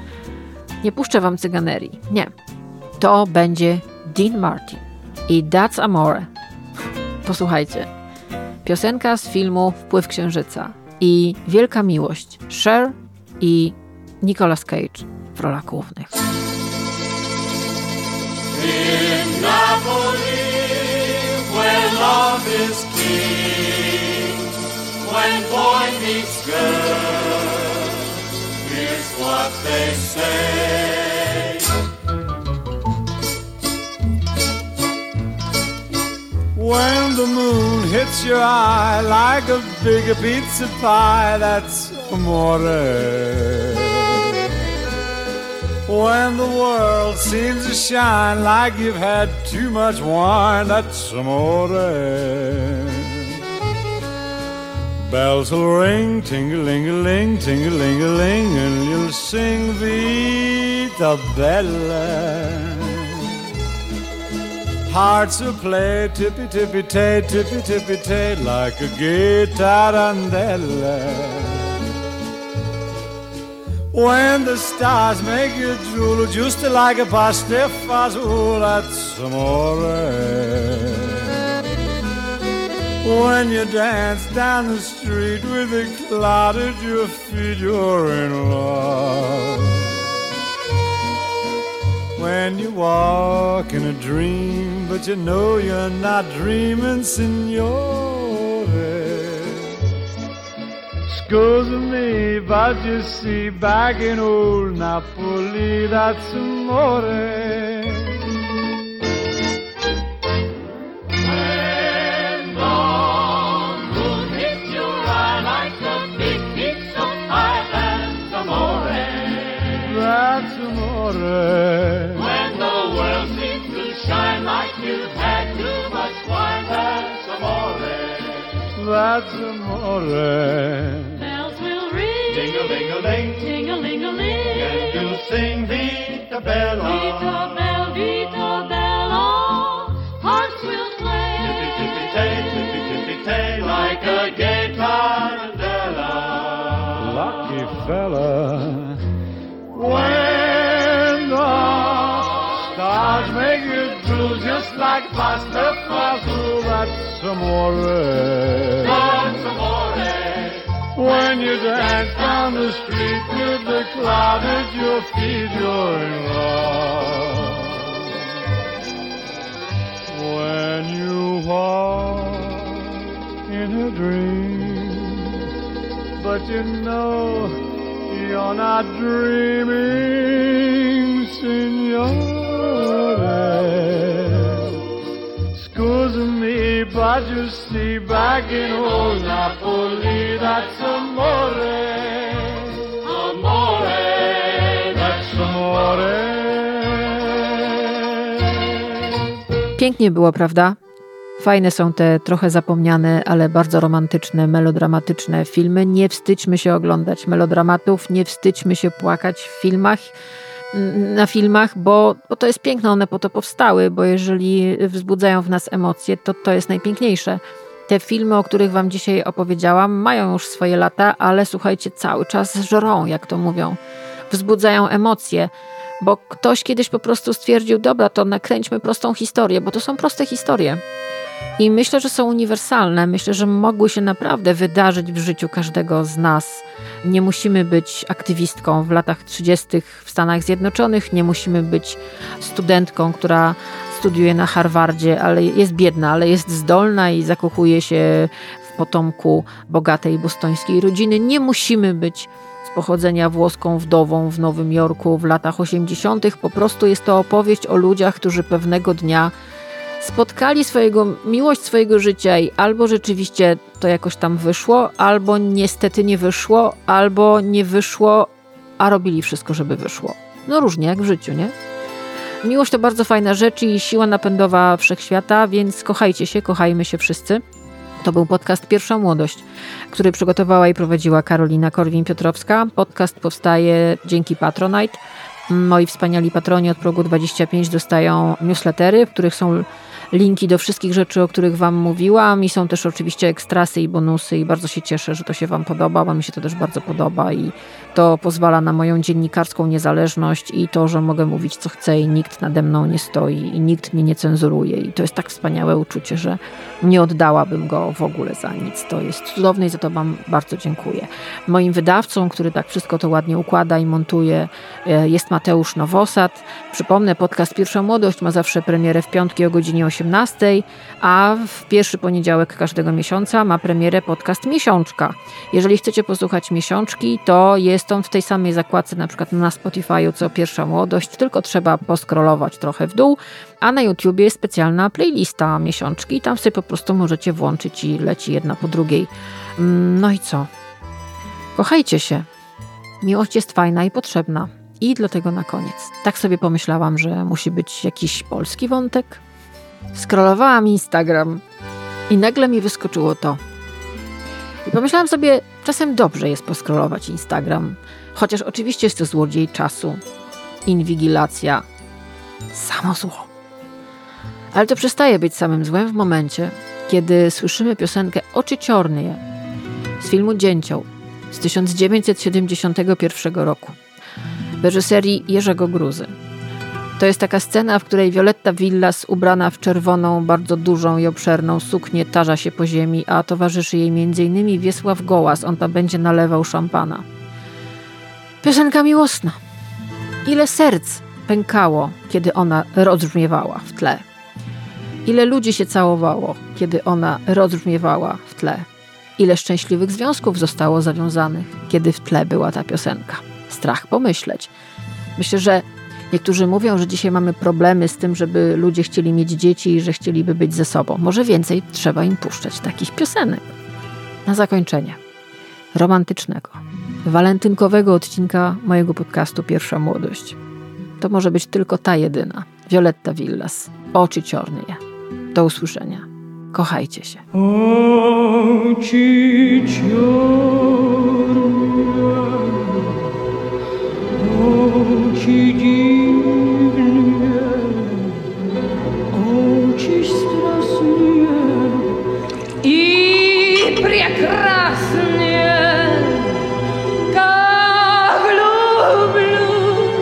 Nie puszczę wam cyganerii. Nie. To będzie Dean Martin i That's Amore. Posłuchajcie. Piosenka z filmu Wpływ Księżyca. I wielka miłość Cher i Nicolas Cage w rolach głównych. In Napoli, where love is king, when boy meets girl, here's what they say. When the moon hits your eye like a big pizza pie, that's amore. When the world seems to shine like you've had too much wine, that's amore. bells will ring, ting-a-ling-a-ling, ting-a-ling-a-ling, and you'll sing Vita Bella. Hearts will play tippy-tippy-tay, tippy-tippy-tay, like a gay tarantella. When the stars make you drool, just like a pasta fazool, that's amore. When you dance down the street with a cloud at your feet, you're in love. When you walk in a dream, but you know you're not dreaming, signore. Scusa me, but you see, back in old Napoli, that's amore. When the moon hits your eye like a big piece of pie, that's amore. That's amore. When the world seems to shine like you've had too much wine, that's amore. That's amore. Ting-a-ling-a-ling, ting-a-ling-a-ling, and you'll sing Vita Bella. Vita Bella, Vita Bella, hearts will play. Tippy-tippy-tay, tippy-tippy-tay, like a gay tarantella. Lucky fella. When the stars make you drool, just like pasta fazool, that's amore. That's amore. When you dance down the street with the cloud at your feet, you're in love. When you walk in a dream, but you know you're not dreaming, signore. Scusa me, but you see, back in old Napoli, that's amore. Amore, that's amore. Pięknie było, prawda? Fajne są te trochę zapomniane, ale bardzo romantyczne, melodramatyczne filmy. Nie wstydźmy się oglądać melodramatów, nie wstydźmy się płakać w filmach, na filmach, bo, bo to jest piękne, one po to powstały, bo jeżeli wzbudzają w nas emocje, to to jest najpiękniejsze. Te filmy, o których wam dzisiaj opowiedziałam, mają już swoje lata, ale słuchajcie, cały czas żrą, jak to mówią. Wzbudzają emocje, bo ktoś kiedyś po prostu stwierdził, dobra, to nakręćmy prostą historię, bo to są proste historie. I myślę, że są uniwersalne. Myślę, że mogły się naprawdę wydarzyć w życiu każdego z nas. Nie musimy być aktywistką w latach trzydziestych w Stanach Zjednoczonych, nie musimy być studentką, która studiuje na Harvardzie, ale jest biedna, ale jest zdolna i zakochuje się w potomku bogatej bostońskiej rodziny. Nie musimy być z pochodzenia włoską wdową w Nowym Jorku w latach osiemdziesiątych. Po prostu jest to opowieść o ludziach, którzy pewnego dnia spotkali swojego, miłość swojego życia i albo rzeczywiście to jakoś tam wyszło, albo niestety nie wyszło, albo nie wyszło, a robili wszystko, żeby wyszło. No różnie, jak w życiu, nie? Miłość to bardzo fajna rzecz i siła napędowa wszechświata, więc kochajcie się, kochajmy się wszyscy. To był podcast Pierwsza Młodość, który przygotowała i prowadziła Karolina Korwin-Piotrowska. Podcast powstaje dzięki Patronite. Moi wspaniali patroni od progu dwadzieścia pięć dostają newslettery, w których są linki do wszystkich rzeczy, o których wam mówiłam i są też oczywiście ekstrasy i bonusy i bardzo się cieszę, że to się wam podoba, bo mi się to też bardzo podoba i to pozwala na moją dziennikarską niezależność i to, że mogę mówić co chcę i nikt nade mną nie stoi i nikt mnie nie cenzuruje i to jest tak wspaniałe uczucie, że nie oddałabym go w ogóle za nic. To jest cudowne i za to wam bardzo dziękuję. Moim wydawcą, który tak wszystko to ładnie układa i montuje, jest Mateusz Nowosad. Przypomnę, podcast Pierwsza Młodość ma zawsze premierę w piątki o godzinie osiemnastej, a w pierwszy poniedziałek każdego miesiąca ma premierę podcast Miesiączka. Jeżeli chcecie posłuchać Miesiączki, to jest on w tej samej zakładce na przykład na Spotify'u co Pierwsza Młodość, tylko trzeba poskrolować trochę w dół, a na YouTubie jest specjalna playlista Miesiączki i tam sobie po prostu możecie włączyć i leci jedna po drugiej. No i co? Kochajcie się. Miłość jest fajna i potrzebna. I dlatego na koniec. Tak sobie pomyślałam, że musi być jakiś polski wątek. Scrollowałam Instagram i nagle mi wyskoczyło to. I pomyślałam sobie, czasem dobrze jest poskrolować Instagram, chociaż oczywiście jest to złodziej czasu, inwigilacja, samo zło. Ale to przestaje być samym złem w momencie, kiedy słyszymy piosenkę Oczy ciornie z filmu Dzięcioł z tysiąc dziewięćset siedemdziesiątego pierwszego roku w reżyserii Jerzego Gruzy. To jest taka scena, w której Violetta Villas, ubrana w czerwoną, bardzo dużą i obszerną suknię, tarza się po ziemi, a towarzyszy jej między innymi Wiesław Gołas. On tam będzie nalewał szampana. Piosenka miłosna. Ile serc pękało, kiedy ona rozbrzmiewała w tle. Ile ludzi się całowało, kiedy ona rozbrzmiewała w tle. Ile szczęśliwych związków zostało zawiązanych, kiedy w tle była ta piosenka. Strach pomyśleć. Myślę, że niektórzy mówią, że dzisiaj mamy problemy z tym, żeby ludzie chcieli mieć dzieci i że chcieliby być ze sobą. Może więcej trzeba im puszczać takich piosenek. Na zakończenie romantycznego, walentynkowego odcinka mojego podcastu Pierwsza Młodość. To może być tylko ta jedyna. Violetta Villas. Oczy ciornie. Do usłyszenia. Kochajcie się. Oczy ciorne, oczy dziwne, oczy straszne i прекрасные, как люблю,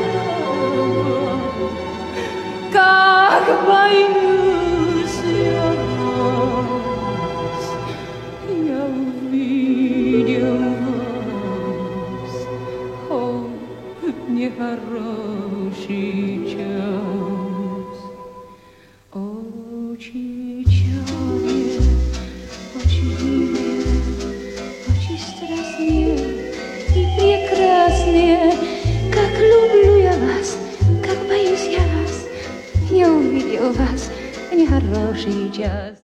как боюсь я вас, я увидел вас, о, нехороший час. Очи черные, очи дивные, очи страстные и прекрасные, как люблю я вас, как боюсь я вас, не увидел вас в нехороший час.